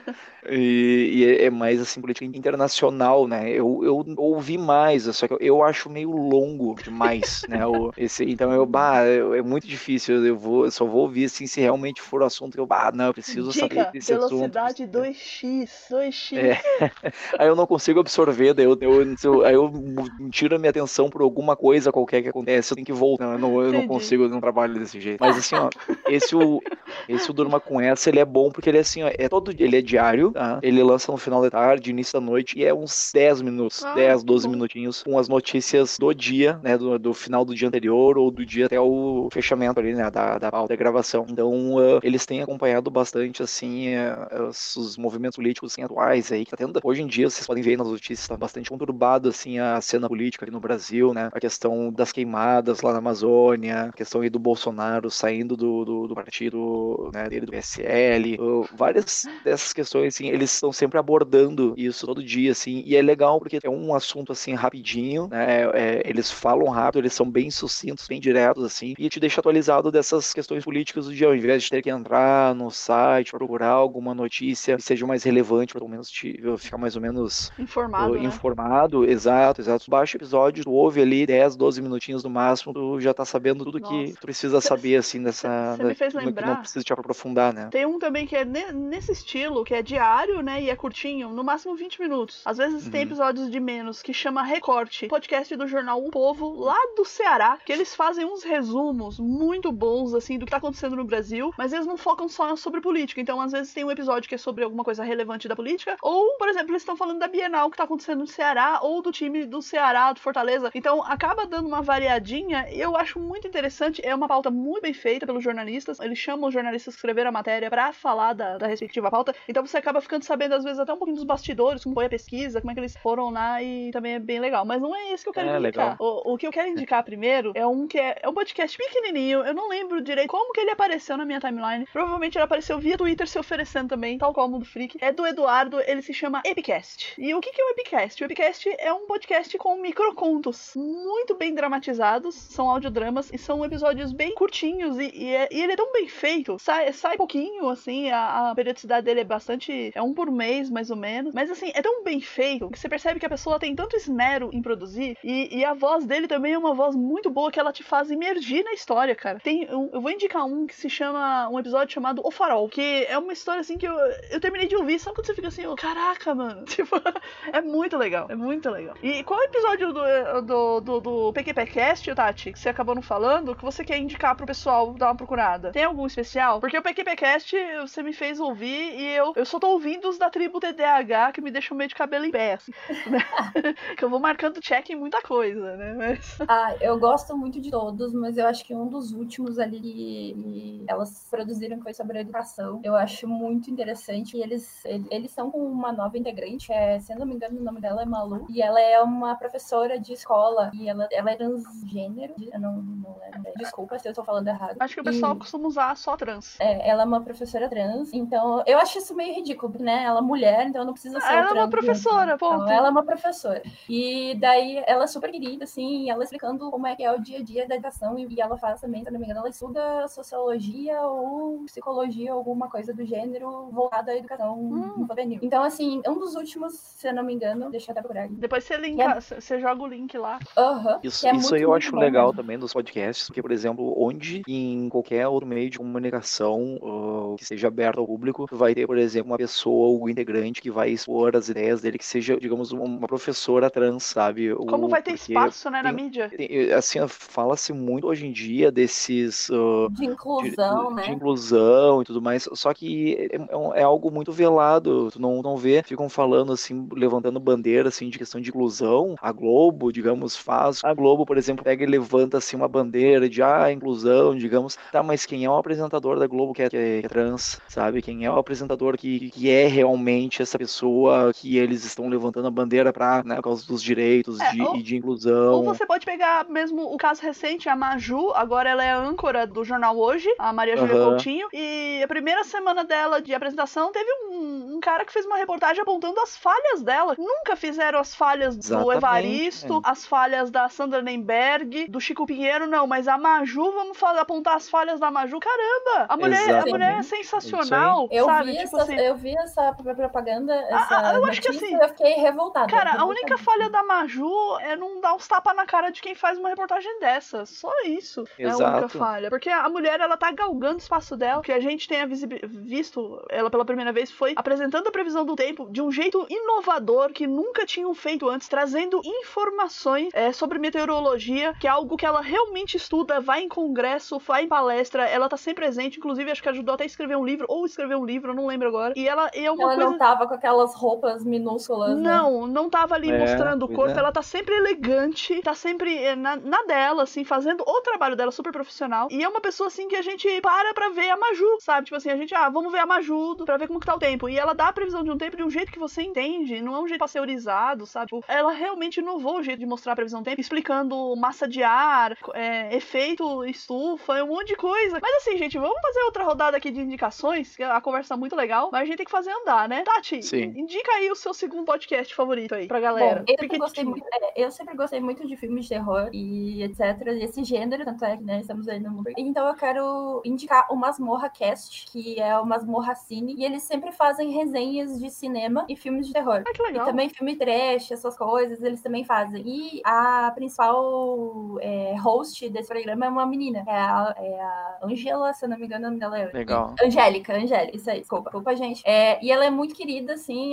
E é mais, assim, política internacional, né, eu ouvi mais, só que eu acho meio longo demais, né, então é muito difícil, eu só vou ouvir, assim, se realmente for o assunto que eu preciso saber desse assunto. Velocidade 2x. Aí eu não consigo absorver, aí eu tiro a minha atenção por alguma coisa qualquer que acontece, eu tenho que voltar, eu não consigo, eu não trabalho desse jeito. Mas assim, ó, esse o Durma com Essa, ele é bom porque ele é assim, ó, ele é diário, tá? Ele lança no final da tarde, início da noite, e é uns 10 minutos, 10, 12 minutinhos, com as notícias do dia, né, do final do dia anterior, ou do dia até o fechamento ali, né, da pauta, da gravação. Então, eles têm acompanhado bastante, assim, os movimentos políticos, assim, atuais aí, que tá tendo, hoje em dia, vocês podem ver nas notícias, tá bastante conturbado, assim, a cena política aqui no Brasil, né, a questão das queimadas lá na Amazônia, a questão aí do Bolsonaro saindo do partido, né, dele, do PSL, várias dessas questões, assim, eles estão sempre abordando isso todo dia, assim, e é legal porque é um assunto, assim, rapidinho, né, eles falam rápido, eles são bem sucintos, bem diretos, assim, e te deixa atualizado dessas questões políticas do dia, ao invés de ter que entrar no site, procurar alguma notícia que seja mais relevante, para pelo menos ficar mais ou menos informado, exato, baixa o episódio, tu ouve ali 10, 10, 12 minutinhos no máximo, tu já tá sabendo tudo que tu precisa saber, assim, Você me fez que lembrar. não precisa te aprofundar, né? Tem um também que é nesse estilo, que é diário, né? E é curtinho, no máximo 20 minutos. Às vezes tem episódios de menos, que chama Recorte, podcast do jornal O Povo, lá do Ceará, que eles fazem uns resumos muito bons, assim, do que tá acontecendo no Brasil, mas eles não focam só sobre política. Então, às vezes tem um episódio que é sobre alguma coisa relevante da política, ou, por exemplo, eles estão falando da Bienal que tá acontecendo no Ceará, ou do time do Ceará, do Fortaleza. Então, acaba dando uma variadinha, e eu acho muito interessante. É uma pauta muito bem feita pelos jornalistas. Eles chamam os jornalistas que escreveram a matéria pra falar da respectiva pauta. Então, você acaba ficando sabendo, às vezes, até um pouquinho dos bastidores, como foi a pesquisa, como é que eles foram lá, e também é bem legal. Mas não é esse que eu quero indicar. O que eu quero indicar primeiro é um podcast pequenininho. Eu não lembro direito como que ele apareceu na minha timeline. Provavelmente ele apareceu via Twitter se oferecendo também, tal qual o Mundo Freak. É do Eduardo, ele se chama Epicast. E o que é o Epicast? O Epicast é um podcast com microcontos muito bem dramatizados, são audiodramas e são episódios bem curtinhos e ele é tão bem feito. Sai pouquinho, assim, a periodicidade dele é bastante... É um por mês, mais ou menos. Mas, assim, é tão bem feito que você percebe que a pessoa tem tanto esmero em produzir e a voz dele também é uma voz muito boa que ela te faz imergir na história, cara. Eu vou indicar um que se chama... Um episódio chamado O Farol, que é uma história, assim, que eu terminei de ouvir. Sabe quando você fica assim, caraca, mano? Tipo, é muito legal. É muito legal. E qual episódio do PQPcast, Tati, que você acabou não falando, que você quer indicar pro pessoal dar uma procurada? Tem algum especial? Porque o PQPcast você me fez ouvir e eu só tô ouvindo os da tribo TDAH que me deixam meio de cabelo em pé, assim, né? Que eu vou marcando check em muita coisa, né? Mas... eu gosto muito de todos, mas eu acho que um dos últimos ali que elas produziram foi sobre a educação. Eu acho muito interessante. E eles são com uma nova integrante, se eu não me engano, o nome dela é Malu, e ela é uma professora de escola, e ela é transgênero, eu não lembro. Desculpa se eu tô falando errado. Acho que o pessoal costuma usar só trans. Ela é uma professora trans, então eu acho isso meio ridículo, né? Ela é mulher, então não precisa ser ela é uma professora, ponto. Então, ela é uma professora. E daí ela é super querida, assim, e ela explicando como é que é o dia a dia da educação, e ela faz também, se não me engano, ela estuda sociologia ou psicologia, alguma coisa do gênero voltada à educação juvenil. Então, assim, um dos últimos, se eu não me engano, deixa eu até procurar aqui. Depois você linka, você joga o link lá. Isso aí eu acho legal também dos podcasts, porque, por exemplo, onde em qualquer outro meio de comunicação que seja aberto ao público, vai ter, por exemplo, uma pessoa ou um integrante que vai expor as ideias dele, que seja, digamos, uma professora trans, sabe? Como vai ter espaço, né, na mídia? Assim, fala-se muito hoje em dia desses... de inclusão, né? De inclusão e tudo mais, só que é algo muito velado, tu não vê, ficam falando assim, levantando bandeira assim, de questão de inclusão. A Globo, digamos, faz. A Globo, por exemplo, pega e levanta assim uma bandeira de inclusão, digamos. Tá, mas quem é o apresentador da Globo que é trans, sabe? Quem é o apresentador que é realmente essa pessoa que eles estão levantando a bandeira pra, né, por causa dos direitos e de inclusão. Ou você pode pegar mesmo o caso recente, a Maju, agora ela é a âncora do jornal Hoje, a Maria Júlia Coutinho, e a primeira semana dela de apresentação teve um cara que fez uma reportagem apontando as falhas dela. Nunca fizeram as falhas do Evaristo, as falhas da Sandra Nemberg, do Chico Pinheiro, não, mas a Maju, vamos apontar as falhas da Maju, caramba! A mulher é sensacional, sabe? Eu vi essa propaganda, eu acho que assim, eu fiquei revoltada. Cara, a única falha da Maju é não dar uns tapas na cara de quem faz uma reportagem dessa. Só isso é a única falha. Porque a mulher, ela tá galgando o espaço dela. O que a gente tenha visto ela pela primeira vez foi apresentando a previsão do tempo de um jeito inovador que nunca tinham feito antes, trazendo informações sobre meteorologia, que é algo que ela realmente estuda, vai em congresso, vai em palestra, ela tá sempre presente, inclusive acho que ajudou até a escrever um livro, eu não lembro agora. E ela não tava com aquelas roupas minúsculas, não tava ali mostrando o corpo, ela tá sempre elegante, tá sempre na dela, assim, fazendo o trabalho dela super profissional. E é uma pessoa, assim, que a gente pra ver a Maju, sabe? Tipo assim, a gente, vamos ver a Maju pra ver como que tá o tempo. E ela dá a previsão de um tempo de um jeito que você entende, não é um jeito pasteurizado, sabe? Tipo, ela realmente inovou o jeito de mostrar a previsão do tempo, explicando massa de ar, efeito estufa, um monte de coisa. Mas assim, gente, vamos fazer outra rodada aqui de indicações, que a conversa tá muito legal, mas a gente tem que fazer andar, né? Tati, indica aí o seu segundo podcast favorito aí pra galera. Bom, eu sempre gostei muito de filmes de terror e etc, desse gênero, tanto é que, né, estamos aí no mundo. Então eu quero indicar o Masmorra Cast, que é o Masmorra Cine, e eles sempre fazem resenhas de cinema e filmes de terror. Que legal. E também filme trash, essas coisas, eles também fazem. E a principal host desse programa é uma menina. É a Angela, se eu não me engano, o nome dela é... Legal. Angélica, isso aí, desculpa, gente. E ela é muito querida, assim,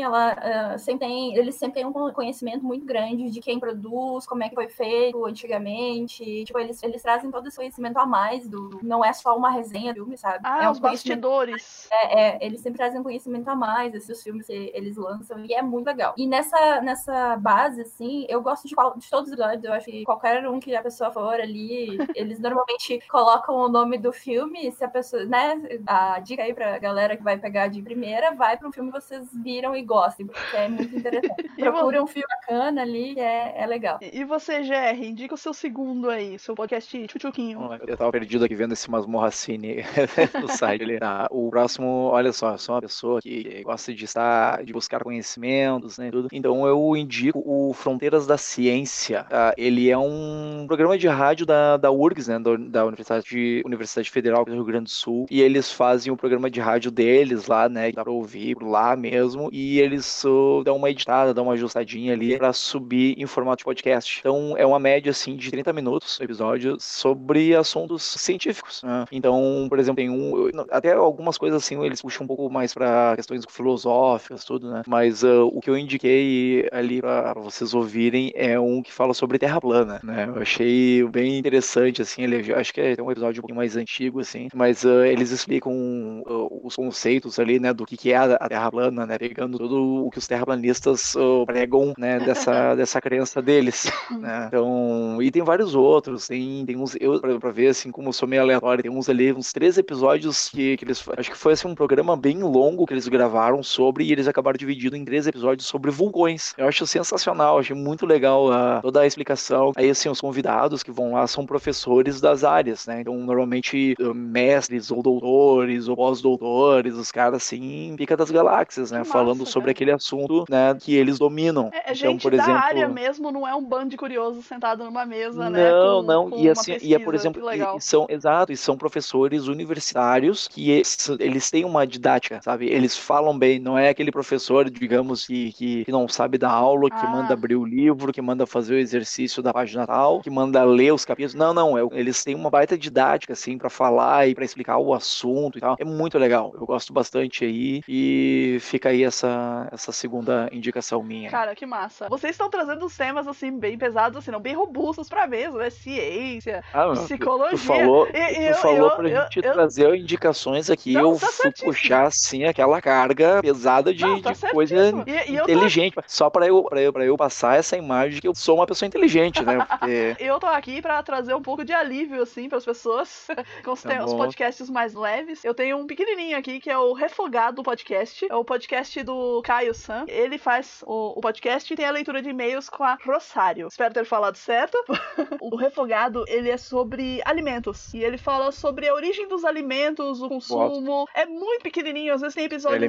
eles sempre têm um conhecimento muito grande de quem produz, como é que foi feito antigamente. Tipo, eles trazem todo esse conhecimento a mais não é só uma resenha do filme, sabe? Os bastidores. Eles sempre trazem um conhecimento a mais desses filmes que eles lançam, e é muito legal. E nessa base, assim, eu gosto de todos os episódios. Eu acho que qualquer um que a pessoa for ali, eles normalmente colocam o nome do filme. Se a pessoa, né, a dica aí pra galera que vai pegar de primeira, vai pra um filme que vocês viram e gostem, porque é muito interessante. Procura um filme bacana ali, é legal. E você, GR, indica o seu segundo aí, seu podcast Tchutchuquinho. Eu tava perdido aqui vendo esse Masmorra Cine no site ali. O próximo, olha só, eu sou uma pessoa que gosta de buscar conhecimentos, né, tudo. Então eu indico o Fronteiras da Ciência. Ele é um programa de rádio da URGS, né, da Universidade Federal do Rio Grande do Sul, e eles fazem o programa de rádio deles lá, né, que dá pra ouvir por lá mesmo, e eles dão uma editada, dão uma ajustadinha ali pra subir em formato de podcast. Então é uma média, assim, de 30 minutos o episódio sobre assuntos científicos, né? Então, por exemplo, tem até algumas coisas assim, eles puxam um pouco mais pra questões filosóficas, tudo, né? Mas o que eu indiquei ali pra vocês ouvirem é um que fala sobre Terra plana, né? Eu achei bem interessante, assim, acho que é um episódio um pouquinho mais antigo, assim, mas eles explicam os conceitos ali, né, do que é a Terra plana, né, pegando tudo o que os terraplanistas pregam, né, dessa crença deles, né? Então, e tem vários outros, tem uns, pra ver, assim, como eu sou meio aleatório, tem uns 3 episódios que eles, acho que foi, assim, um programa bem longo que eles gravaram sobre, e eles acabaram dividindo em 3 episódios sobre vulcões. Eu acho sensacional, achei muito legal toda a explicação. Aí, assim, os convidados que vão lá são professores das áreas, né? Então, normalmente, mestres ou doutores ou pós-doutores, os caras, assim, pica das galáxias, né? Que falando massa, sobre cara. aquele assunto, né, que eles dominam. Então, Então, gente por da exemplo, área mesmo, não é um bando de curiosos sentado numa mesa, né? Não, Com e uma assim, pesquisa. por exemplo, Que legal. são professores universitários que eles têm uma didática, sabe? Eles falam bem, não é aquele professor, digamos, que não sabe dar aula, que manda abrir o livro, que manda fazer o exercício da página tal, que manda ler os capítulos. Não, eles têm uma baita didática, assim, pra falar e pra explicar o assunto e tal. É muito legal, eu gosto bastante aí, e fica aí essa segunda indicação minha. Cara, que massa. Vocês estão trazendo uns temas, assim, bem pesados, assim, não, bem robustos pra mesa, né? Ciência, psicologia. Tu falou pra gente trazer indicações aqui, eu fui puxar, assim, aquela carga pesada de coisa inteligente, só pra eu passar essa imagem de que eu sou uma pessoa inteligente, né? Porque... Eu tô aqui pra trazer um pouco de alívio, assim, pras pessoas, com os podcasts mais leves. Eu tenho um pequenininho aqui, que é o Refogado Podcast, é o podcast do Caio San. Ele faz o podcast e tem a leitura de e-mails com a Rosário. Espero ter falado certo. O Refogado, ele é sobre alimentos. E ele fala sobre a origem dos alimentos, o consumo. É muito pequenininho, às vezes tem episódios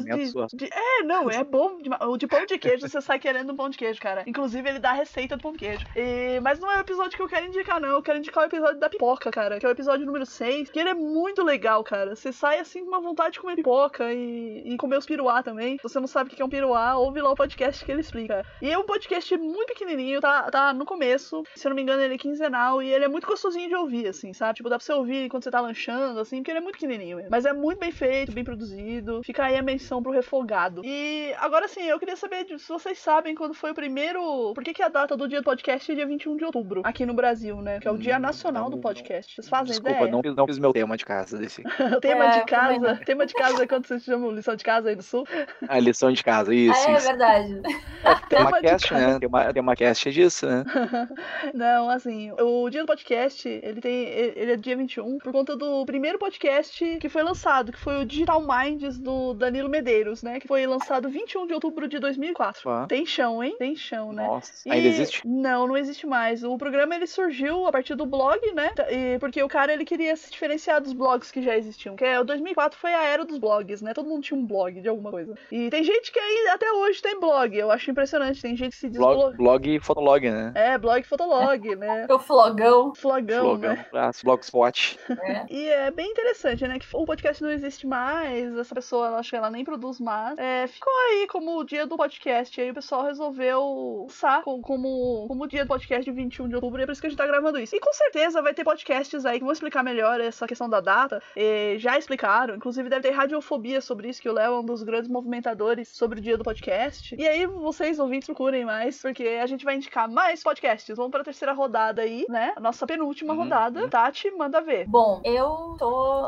é bom. O de pão de queijo, você sai querendo um pão de queijo, cara. Inclusive, ele dá a receita do pão de queijo. Mas não é o episódio que eu quero indicar, não. Eu quero indicar o episódio da pipoca, cara. Que é o episódio número 6. Que ele é muito legal, cara. Você sai, assim, com uma vontade de comer pipoca e comer os piruá também. Se você não sabe o que é um piruá, ouve lá o podcast que ele explica. E é um podcast muito pequenininho, tá no começo. Se eu não me engano, ele é quinzenal e ele é muito gostosinho de ouvir, assim, sabe? Tipo, dá pra você ouvir quando você tá lanchando, assim, porque ele é muito pequenininho mesmo. Mas é muito bem feito, bem produzido. Fica aí a menção pro Refogado. E agora sim, eu queria saber se vocês sabem quando foi o primeiro... Por que a data do dia do podcast é dia 21 de outubro, aqui no Brasil, né? Que é o Dia Nacional do Podcast. Vocês fazem Desculpa, ideia? não fiz meu tema de casa desse. O tema de casa? Tema de casa é quando vocês chamam lição de casa aí do Sul? A lição de casa, isso. É verdade. Tem uma cast, né? Tem uma cast disso, né? Não, assim, o dia do podcast, ele é dia 21, por conta do primeiro podcast que foi lançado, que foi o Digital Minds do Danilo Medeiros, né? Que foi lançado 21 de outubro de 2004. Tem chão, hein? Tem chão, né? Nossa, ainda existe? Não existe mais. O programa, ele surgiu a partir do blog, né? Porque o cara, ele queria se diferenciar dos blogs que já existiam. Que o 2004 foi a era dos blogs, né? Todo mundo tinha um blog de alguma coisa. E tem gente que aí até hoje tem blog. Eu acho impressionante. Tem gente que se diz blog e fotolog, né? Blog e fotolog, né? O flogão, né? Blogspot. E é bem interessante, né? Que o podcast não existe mais. Essa pessoa, acho que ela nem produz mais. Ficou aí como o dia do podcast. E aí o pessoal resolveu lançar como o dia do podcast podcast de 21 de outubro, e é por isso que a gente tá gravando isso. E com certeza vai ter podcasts aí que vão explicar melhor essa questão da data. Já explicaram, inclusive deve ter radiofobia sobre isso, que o Léo é um dos grandes movimentadores sobre o dia do podcast. E aí vocês, ouvintes, procurem mais, porque a gente vai indicar mais podcasts. Vamos pra terceira rodada aí, né? A nossa penúltima rodada. Tati, manda ver. Bom, eu tô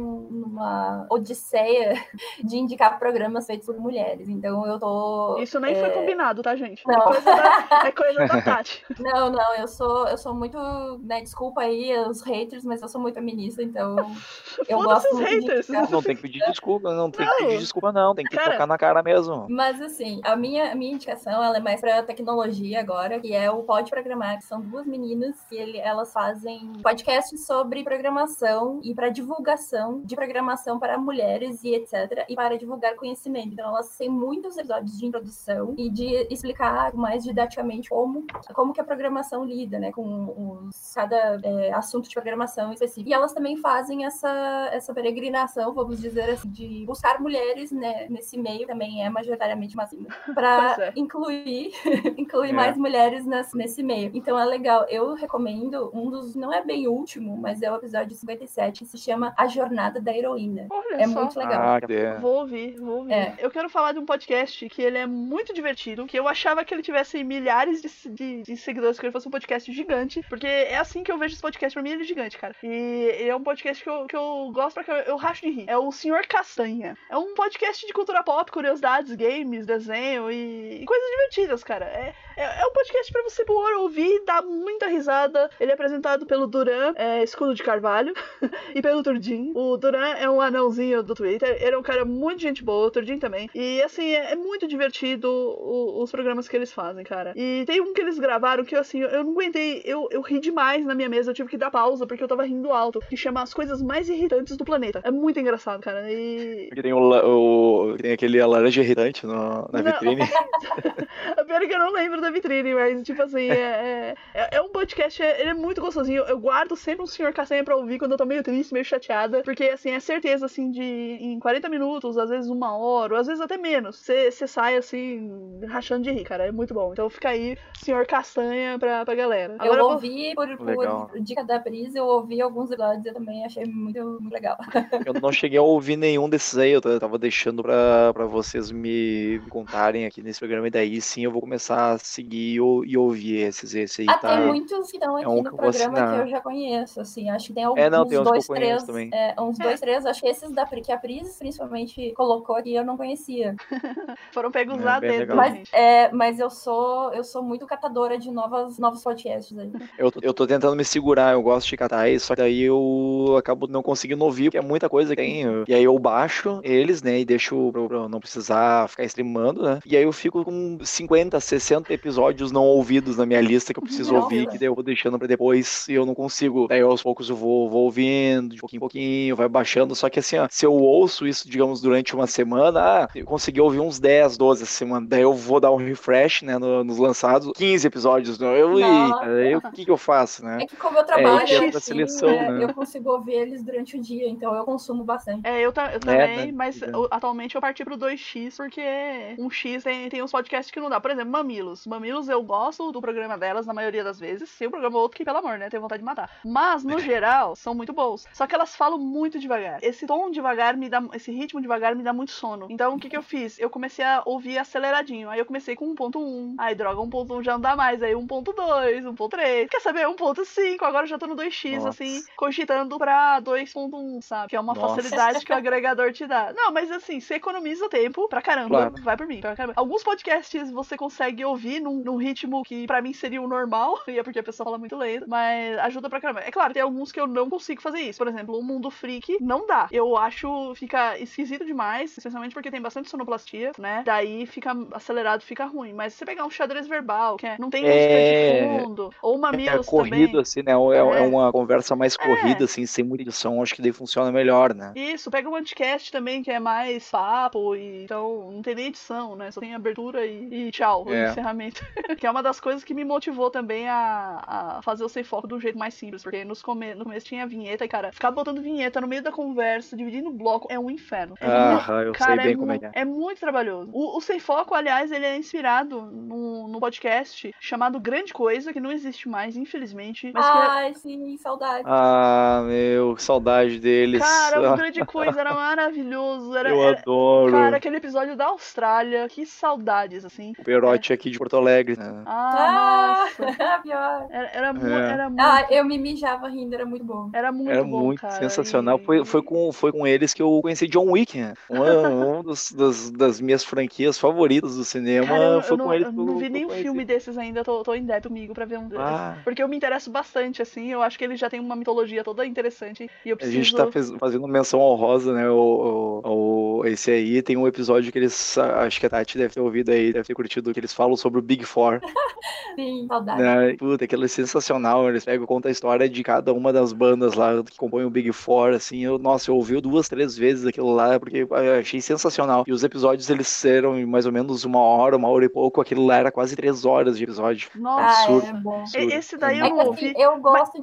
numa odisseia de indicar programas feitos por mulheres, então eu tô... Isso nem foi combinado, tá, gente? Não. É coisa da Tati. Não, eu sou muito, né, desculpa aí os haters, mas eu sou muito feminista, então eu Foda-se gosto os muito haters. Não tem que pedir desculpa, não tem que pedir desculpa, não. Tem que tocar na cara mesmo. Mas assim, a minha indicação, ela é mais pra tecnologia agora, que é o Pode Programar, que são duas meninas que elas fazem podcasts sobre programação e para divulgação de programação para mulheres e etc. E para divulgar conhecimento. Então elas têm muitos episódios de introdução e de explicar mais didaticamente como que a programação lida, né, com cada assunto de programação específico. E elas também fazem essa peregrinação, vamos dizer assim, de buscar mulheres, né, nesse meio, também é majoritariamente masculino, para incluir mais mulheres nesse meio. Então é legal. Eu recomendo não é bem o último, mas é o episódio 57, que se chama A Jornada da Heroína. Olha só. Muito legal. Vou ouvir. Eu quero falar de um podcast que ele é muito divertido, que eu achava que ele tivesse milhares de seguidores, que ele fosse um podcast gigante, porque é assim que eu vejo esse podcast, pra mim ele é gigante, cara. E ele é um podcast que eu gosto pra que eu racho de rir. É o Senhor Castanha. É um podcast de cultura pop, curiosidades, games, desenho e coisas divertidas, cara. É um podcast pra você ouvir, dar muita risada. Ele é apresentado pelo Duran Escudo de Carvalho e pelo Turdin. O Duran é um anãozinho do Twitter. Ele é um cara muito gente boa, o Turdin também. E assim, é muito divertido os programas que eles fazem, cara. E tem um que eles gravaram que eu não aguentei. Eu ri demais na minha mesa. Eu tive que dar pausa porque eu tava rindo alto. Que chama As Coisas Mais Irritantes do Planeta. É muito engraçado, cara. Porque tem aquele laranja irritante na vitrine. A pior é que eu não lembro da vitrine, mas tipo assim, é um podcast, ele é muito gostosinho. Eu guardo sempre um Senhor Castanha pra ouvir quando eu tô meio triste, meio chateada, porque assim, é certeza assim de em 40 minutos, às vezes 1 hora, ou às vezes até menos, você sai assim, rachando de rir, cara, é muito bom. Então fica aí, Senhor Castanha pra galera. Agora eu ouvi, por dica da Pris, eu ouvi alguns episódios, eu também achei muito, muito legal. Eu não cheguei a ouvir nenhum desses aí, eu tava deixando pra vocês me contarem aqui nesse programa, e daí sim eu vou começar a seguir e ouvir esse aí, tá? Tem muitos que estão aqui no programa que eu já conheço, assim, acho que tem alguns, tem uns 2, que eu 3, também. uns 2, 3, acho que esses que a Pris principalmente colocou aqui, eu não conhecia. Foram pegos lá dentro. Mas eu sou muito catadora de novos podcasts aí. Eu tô tentando me segurar, eu gosto de catar isso, só que daí eu acabo não conseguindo ouvir, porque é muita coisa que tem, e aí eu baixo eles, né, e deixo pra não precisar ficar streamando, né, e aí eu fico com 50, 60 episódios não ouvidos na minha lista que eu preciso ouvir, que daí eu vou deixando pra depois e eu não consigo. Daí aos poucos eu vou ouvindo, de pouquinho em pouquinho, vai baixando, só que assim, ó, se eu ouço isso, digamos, durante uma semana, eu consegui ouvir uns 10, 12 essa semana, daí eu vou dar um refresh, né, nos lançados, 15 episódios, aí o que eu faço, né? É que como eu trabalho seleção, né? Eu consigo ouvir eles durante o dia, então eu consumo bastante. Eu também, né? Mas atualmente eu parti pro 2x, porque 1x tem uns podcasts que não dá. Por exemplo, Mamilos. Mamilos eu gosto do programa delas na maioria das vezes. Tem um programa ou outro que, pelo amor, né? Tenho vontade de matar. Mas, no geral, são muito bons. Só que elas falam muito devagar. Esse tom devagar esse ritmo devagar me dá muito sono. Então, o que eu fiz? Eu comecei a ouvir aceleradinho. Aí eu comecei com 1.1. Aí, droga, 1.1 já não dá mais. Aí 1.2, 1.3. Quer saber? 1.5. Agora eu já tô no 2x, Nossa. assim, cogitando pra 2.1, sabe? Que é uma facilidade que o agregador te dá. Não, mas assim, você economiza tempo pra caramba. Claro. Vai por mim, pra caramba. Alguns podcasts você consegue ouvir num ritmo que pra mim seria o normal, e é porque a pessoa fala muito lento, mas ajuda pra caramba. É claro, tem alguns que eu não consigo fazer isso. Por exemplo, o Mundo Freak não dá. Eu acho, fica esquisito demais, especialmente porque tem bastante sonoplastia, né? Daí fica acelerado, fica ruim. Mas se você pegar um xadrez verbal, que não tem música de fundo, ou Mamilos corrido, também. Assim, né? É uma conversa mais corrida, assim, sem muita edição, acho que daí funciona melhor, né? Isso, pega o Anticast também, que é mais papo, então não tem nem edição, né? Só tem abertura e tchau, encerramento. muito. Que é uma das coisas que me motivou também a fazer o Sem Foco do jeito mais simples. Porque no começo tinha vinheta e, cara, ficar botando vinheta no meio da conversa, dividindo o bloco, é um inferno. Eu sei bem como é que é. É muito trabalhoso. O Sem Foco, aliás, ele é inspirado num podcast chamado Grande Coisa, que não existe mais, infelizmente. Mas sim, saudade. Meu, saudade deles. Cara, o Grande Coisa era maravilhoso. Eu adoro. Cara, aquele episódio da Austrália, que saudades, assim. O Perotti aqui de Porto Alegre. Né? Nossa. Pior. Era muito... eu me mijava rindo, era muito bom. Era muito cara. Sensacional. Foi com eles que eu conheci John Wick, né? Um das minhas franquias favoritas do cinema. Cara, foi com eles eu não vi nenhum filme desses ainda, tô em débito comigo pra ver um desses. Porque eu me interesso bastante, assim, eu acho que ele já tem uma mitologia toda interessante e eu preciso... A gente tá fazendo menção honrosa, né, esse aí tem um episódio que eles, acho que a Tati deve ter ouvido aí, deve ter curtido, que eles falam sobre o Big Four. Sim, saudade. Né? Puta, aquilo é sensacional, eles pegam e contam a história de cada uma das bandas lá que compõem o Big Four, assim, eu ouvi 2, 3 vezes aquilo lá, porque eu achei sensacional. E os episódios, eles eram mais ou menos 1 hora e pouco, aquilo lá era quase 3 horas de episódio. Nossa, absurdo. É bom. Esse daí eu não ouvi. Assim, eu gosto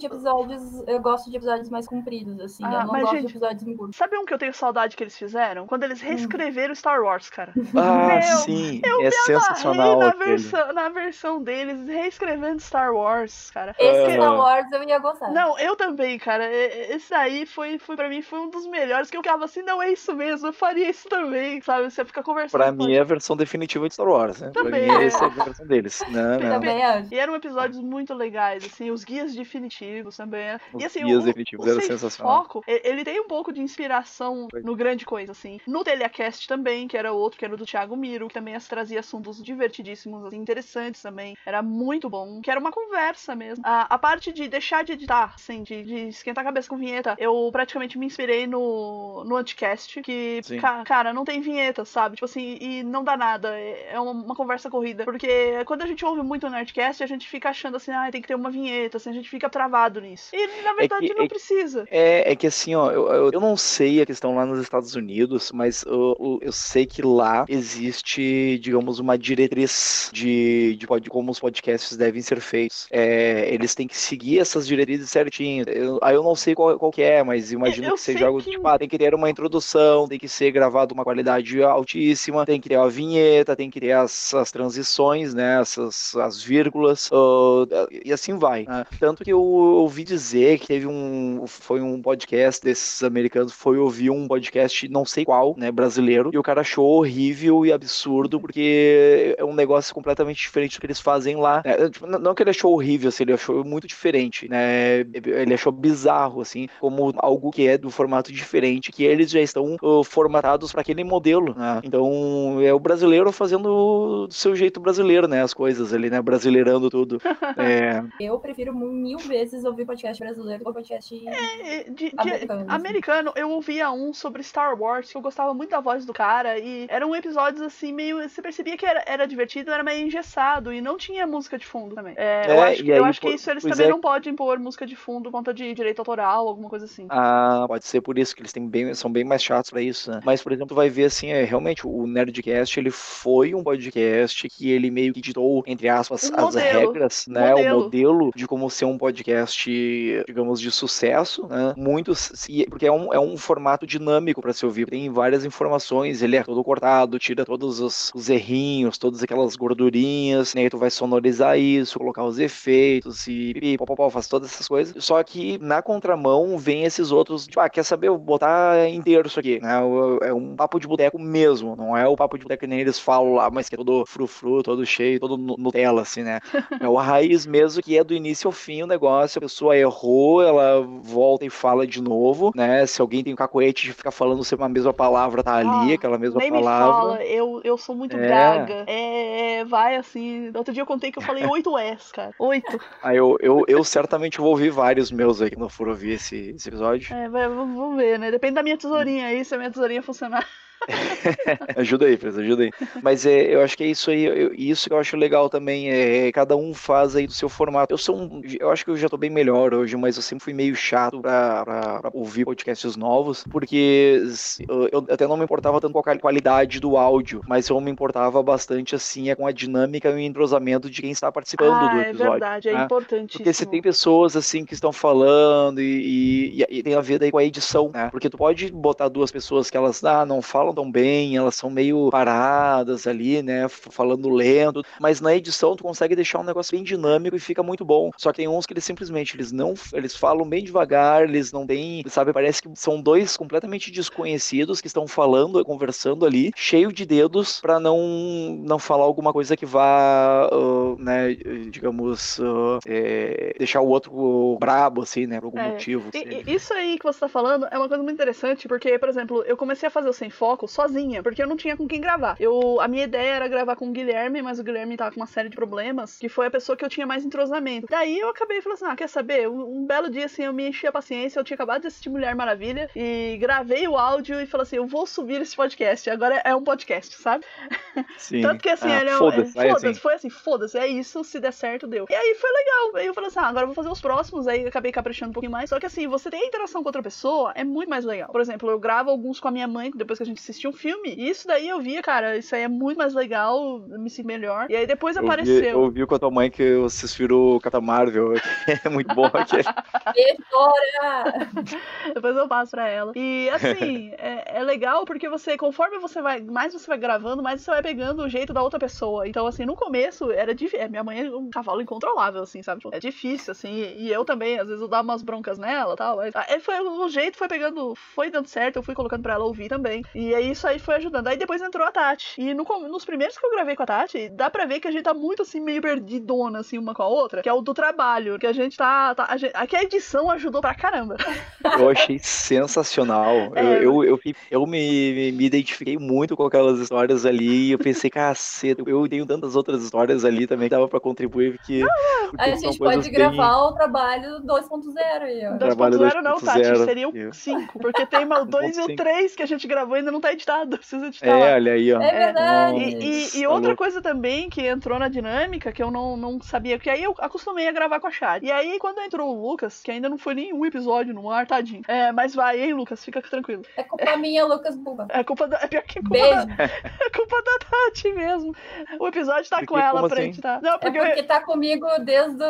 de episódios mais compridos, assim, eu não gosto de episódios em curto. Sabe um que eu tenho saudade que eles fizeram? Quando eles reescreveram Star Wars, cara. Sim, é sensacional na versão deles, reescrevendo Star Wars, cara. Esse Star Wars eu ia gostar. Não, eu também, cara. Esse aí pra mim, foi um dos melhores, que eu ficava assim, não, é isso mesmo, eu faria isso também, sabe? Você fica conversando. Pra mim é a versão definitiva de Star Wars, né? Também. Pra mim essa é a versão deles. Também acho. E eram episódios muito legais, assim, os guias definitivos também. Os e assim, guias definitivos era sensacional. Foco, ele tem um pouco de inspiração no Grande Coisa, assim. No Telecast também, que era outro, que era o do Thiago Miro, que também trazia assuntos divertidíssimos, assim, interessantes também. Era muito bom, que era uma conversa mesmo. A parte de deixar de editar, assim, de esquentar a cabeça com vinheta, eu praticamente me inspirei no Anticast, que, cara, não tem vinheta, sabe? Tipo assim, e não dá nada, é uma conversa corrida. Porque quando a gente ouve muito o Nerdcast, a gente fica achando assim, tem que ter uma vinheta, assim, a gente fica travado nisso. E, na verdade, não precisa. É que assim, ó, eu não sei a questão lá nos Estados Unidos, mas eu sei que lá existe, digamos, uma diretriz de como os podcasts devem ser feitos. Eles têm que seguir essas diretrizes certinho. Eu não sei qual que é, mas imagino que seja algo tipo, tem que ter uma introdução, tem que ser gravado uma qualidade altíssima, tem que ter a vinheta, tem que ter as transições, né, as vírgulas, e assim vai. Né? Tanto que eu ouvi dizer que foi um podcast desses americanos, foi ouvir um podcast, não sei qual, né, brasileiro, e o cara achou horrível e absurdo, porque é um negócio completamente diferente do que eles fazem lá. Não que ele achou horrível, assim, ele achou muito diferente, né, ele achou bizarro, assim, como algo que é do formato diferente, que eles já estão formatados para aquele modelo, né? Então, é o brasileiro fazendo do seu jeito brasileiro, né, as coisas ali, né, brasileirando tudo. Eu prefiro 1000 vezes ouvir podcast brasileiro do que podcast americano. Eu ouvia um sobre Star Wars, que eu gostava muito da voz do cara, e eram episódios assim, meio, você percebia que era divertido, era meio engessado, e não tinha música de fundo também. Eu acho que isso eles também não podem pôr música de fundo por conta de direito autoral, alguma coisa assim. Pode ser por isso que eles são bem mais chatos pra isso, né? Mas, por exemplo, vai ver assim, realmente, o Nerdcast, ele foi um podcast que ele meio que ditou, entre aspas, as regras, né? O modelo de como ser um podcast, digamos, de sucesso, né? Porque é um formato dinâmico pra se ouvir, tem várias informações, ele é todo cortado, tira todos os errinhos, todas aquelas gordurinhas, né? Tu vai sonorizar isso, colocar os efeitos e faz todas essas coisas. Só que na contramão vem esses outros, tipo, quer saber, eu vou botar inteiro isso aqui, né? É um papo de boteco mesmo, não é o papo de boteco que nem eles falam lá, mas que é todo frufru, todo cheio, todo Nutella, assim, né? É o raiz mesmo, que é do início ao fim o negócio, a pessoa errou, ela volta e fala de novo, né? Se alguém tem um cacoete de ficar falando sempre a mesma palavra, tá ali, aquela mesma nem palavra. Me fala, eu sou muito gaga. Vai assim. Outro dia eu contei que eu falei 8 S, cara. 8. Eu certamente vou ouvir vários meus aí que não for ouvir esse episódio. Vamos ver, né? Depende da minha tesourinha aí, se a minha tesourinha funcionar. Ajuda aí, Fres, ajuda aí. Mas eu acho que é isso aí, isso que eu acho legal também, cada um faz aí do seu formato. Eu acho que eu já tô bem melhor hoje, mas eu sempre fui meio chato pra ouvir podcasts novos, porque eu até não me importava tanto com a qualidade do áudio, mas eu me importava bastante, assim, com a dinâmica e o entrosamento de quem está participando do É episódio. verdade, é né? importantíssimo. Porque se tem pessoas, assim, que estão falando e tem a ver daí com a edição, né? Porque tu pode botar duas pessoas que elas não falam tão bem, elas são meio paradas ali, né? Falando lento, mas na edição tu consegue deixar um negócio bem dinâmico e fica muito bom. Só que tem uns que eles falam bem devagar, eles não têm, sabe, parece que são dois completamente desconhecidos que estão falando, conversando ali, cheio de dedos pra não falar alguma coisa que vá, né, digamos, deixar o outro brabo, assim, né, por algum motivo. Assim. Isso aí que você tá falando é uma coisa muito interessante, porque, por exemplo, eu comecei a fazer o Sem Foco sozinha, porque eu não tinha com quem gravar. A minha ideia era gravar com o Guilherme, mas o Guilherme tava com uma série de problemas, que foi a pessoa que eu tinha mais entrosamento. Daí eu acabei falando assim, quer saber? Um belo dia, assim, eu me enchi a paciência, eu tinha acabado de assistir Mulher Maravilha, e gravei o áudio e falei assim, eu vou subir esse podcast, agora é um podcast, sabe? Sim. Tanto que, assim, foda-se, é isso, se der certo, deu. E aí foi legal, aí eu falei assim, agora eu vou fazer os próximos, aí eu acabei caprichando um pouquinho mais, só que assim, você tem interação com outra pessoa, é muito mais legal. Por exemplo, eu gravo alguns com a minha mãe, depois que a gente assistiu um filme, e isso daí eu via, cara, isso aí é muito mais legal, me sinto melhor. E aí depois apareceu... Eu vi com a tua mãe que vocês viram o Capitão Marvel, que é muito bom aquele. Depois eu passo pra ela. E assim, é legal porque conforme mais você vai gravando, mais você vai pegando o jeito da outra pessoa. Então, assim, no começo era difícil. Minha mãe é um cavalo incontrolável, assim, sabe? É difícil, assim. E eu também, às vezes eu dava umas broncas nela e tal. Mas o jeito foi pegando, foi dando certo, eu fui colocando pra ela ouvir também. E aí isso aí foi ajudando. Aí depois entrou a Tati. E nos primeiros que eu gravei com a Tati, dá pra ver que a gente tá muito assim, meio perdidona, assim, uma com a outra, que é o do trabalho. Que a gente aqui a edição ajudou pra caramba. Eu achei sensacional. Eu me identifiquei muito com aquelas histórias ali. E eu pensei, caceta, eu tenho tantas outras histórias ali também que dava pra contribuir. Porque a gente pode gravar o trabalho 2.0 aí, ó. 2.0 não, Tati, seria o 5, porque tem o 2 e o 3 que a gente gravou ainda não tá editado, precisa editar lá. Olha aí, ó. É verdade. E outra coisa também que entrou na dinâmica, que eu não sabia, porque aí eu acostumei a gravar com a Chad. E aí, quando entrou o Lucas, que ainda não foi nenhum episódio no ar, tadinho. Mas vai, hein, Lucas, fica tranquilo. É culpa minha, Lucas Buba. É culpa da... pior que Beijo. É culpa da Tati mesmo. O episódio tá com ela pra editar. Não, porque tá comigo desde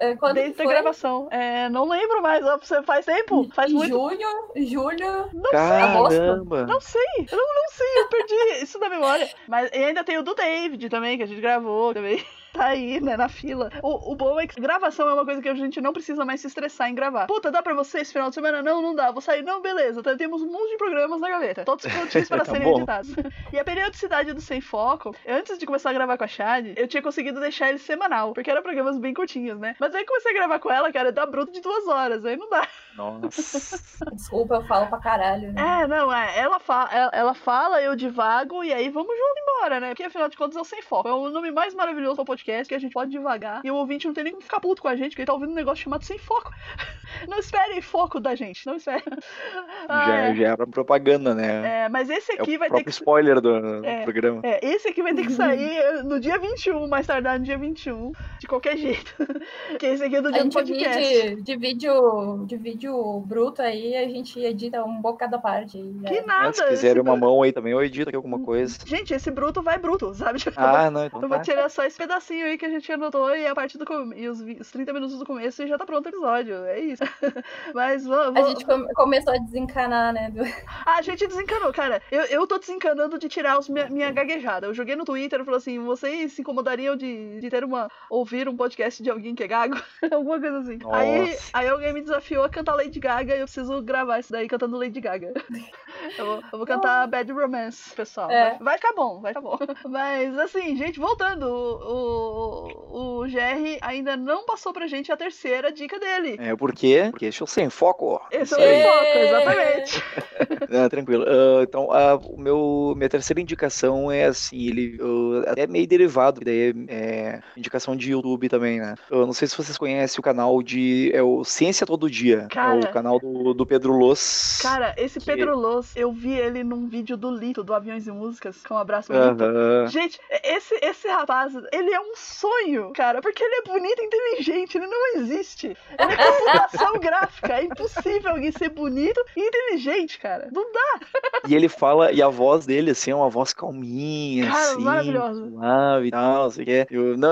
a gravação. Não lembro mais. Você faz tempo? Faz muito. Julho. Não Caramba. sei. Não sei. Eu não sei. Eu perdi isso da memória. Mas e ainda tem o do David também, que a gente gravou também. Tá aí, né, na fila. O bom é que gravação é uma coisa que a gente não precisa mais se estressar em gravar. Puta, dá pra você esse final de semana? Não dá. Vou sair. Não, beleza. Temos um monte de programas na gaveta. Todos prontinhos para serem editados. E a periodicidade do Sem Foco, antes de começar a gravar com a Chad, eu tinha conseguido deixar ele semanal, porque eram programas bem curtinhos, né? Mas aí comecei a gravar com ela, cara, dá bruto de 2 horas. Aí não dá. Nossa. Desculpa, eu falo pra caralho, né? Ela fala, eu divago, e aí vamos junto embora, né? Porque afinal de contas é o Sem Foco. É o nome mais maravilhoso do podcast, que a gente pode devagar. E o ouvinte não tem nem como ficar puto com a gente, porque ele tá ouvindo um negócio chamado Sem Foco. Não esperem foco da gente, não esperem. Já é pra propaganda, né? Mas esse aqui vai ter que... spoiler do programa. Esse aqui vai ter que sair no dia 21, mais tardar no dia 21, de qualquer jeito. Porque esse aqui é do dia do podcast. De vídeo bruto aí, a gente edita um pouco cada parte. Que nada! Se quiserem uma mão aí também, eu edito aqui alguma coisa. Gente, esse bruto vai bruto, sabe? Não, então eu vou tirar só esse pedacinho aí que a gente anotou e a partir e os 30 minutos do começo e já tá pronto o episódio. É isso. Mas a gente começou a desencanar, né? A gente desencanou, cara. Eu tô desencanando de tirar minha gaguejada. Eu joguei no Twitter e falei assim: vocês se incomodariam de ouvir um podcast de alguém que é gago? Alguma coisa assim. Aí alguém me desafiou a cantar Lady Gaga e eu preciso gravar isso daí cantando Lady Gaga. Eu vou cantar Bad Romance, pessoal. Vai ficar bom. Mas assim, gente, voltando, o Jerry ainda não passou pra gente a terceira dica dele. Por quê? Porque esse é o Sem Foco. Esse é o Sem Foco, exatamente. Tranquilo. Então, minha terceira indicação é assim, ele até meio derivado, daí é indicação de YouTube também, né? Eu não sei se vocês conhecem o canal o Ciência Todo Dia. Cara, é o canal do Pedro Loz. Cara, esse Pedro Loz, eu vi ele num vídeo do Lito, do Aviões e Músicas, com um abraço Lito. Gente, esse rapaz, ele é um sonho, cara, porque ele é bonito e inteligente, ele não existe. Ele é computação gráfica, é impossível alguém ser bonito e inteligente, cara. Não dá. E ele fala, e a voz dele, assim, é uma voz calminha, Cara, assim, maravilhosa. suave e tal, não sei o que.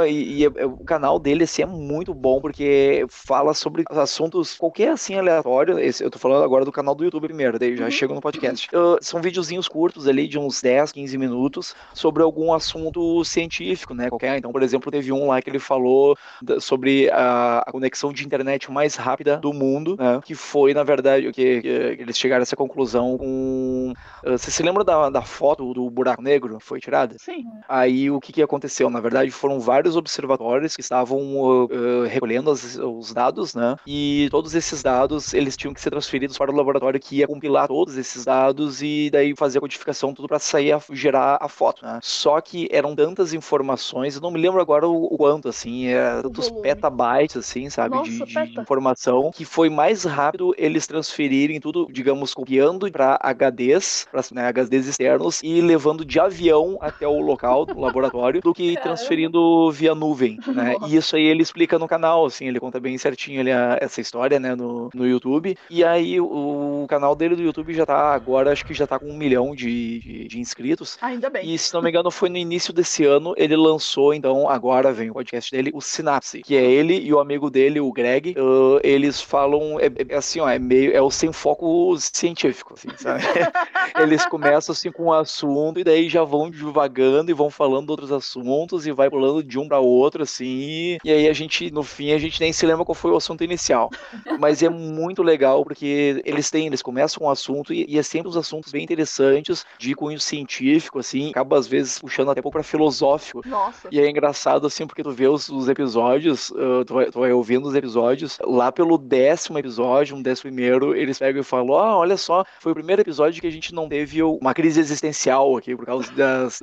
O canal dele, assim, é muito bom, porque fala sobre assuntos, qualquer, assim, aleatório. Eu tô falando agora do canal do YouTube primeiro, daí já chego no podcast. São videozinhos curtos ali, de uns 10, 15 minutos, sobre algum assunto científico, né, qualquer. Então, por exemplo, teve um lá que ele falou sobre a conexão de internet mais rápida do mundo, né, que foi, na verdade, que eles chegaram a essa conclusão com... Você se lembra da foto do buraco negro que foi tirada? Sim. Aí o que aconteceu? Na verdade, foram vários observatórios que estavam recolhendo os dados, né? E todos esses dados, eles tinham que ser transferidos para o laboratório que ia compilar todos esses dados e daí fazer a codificação, tudo para gerar a foto, né? Só que eram tantas informações, eu não me lembro agora o quanto, assim, tantos petabytes, assim, sabe? Nossa, de informação, que foi mais rápido eles transferirem tudo, digamos, copiando para HDs, né, HDs externos, e levando de avião até o local do laboratório, do que transferindo via nuvem, né? E isso aí ele explica no canal, assim, ele conta bem certinho ali essa história, né, no YouTube. E aí o canal dele do YouTube já tá agora, acho que já tá com 1 milhão de inscritos. Ainda bem. E se não me engano foi no início desse ano, ele lançou, então agora vem o podcast dele, o Sinapse, que é ele e o amigo dele, o Greg. Eles falam, assim, ó, é o sem foco científico, assim, sabe? Eles começam assim com um assunto e daí já vão divagando e vão falando de outros assuntos e vai pulando de um para outro, assim, e aí no fim, a gente nem se lembra qual foi o assunto inicial. Mas é muito legal porque eles começam com um assunto e é sempre uns assuntos bem interessantes, de cunho científico, assim, acaba às vezes puxando até um pouco para filosófico. Nossa. E é engraçado, assim, porque tu vê os episódios, tu vai ouvindo os episódios, lá pelo 10º episódio, 11º, eles pegam e falam, olha só, foi o primeiro episódio que a gente não teve uma crise existencial aqui, por causa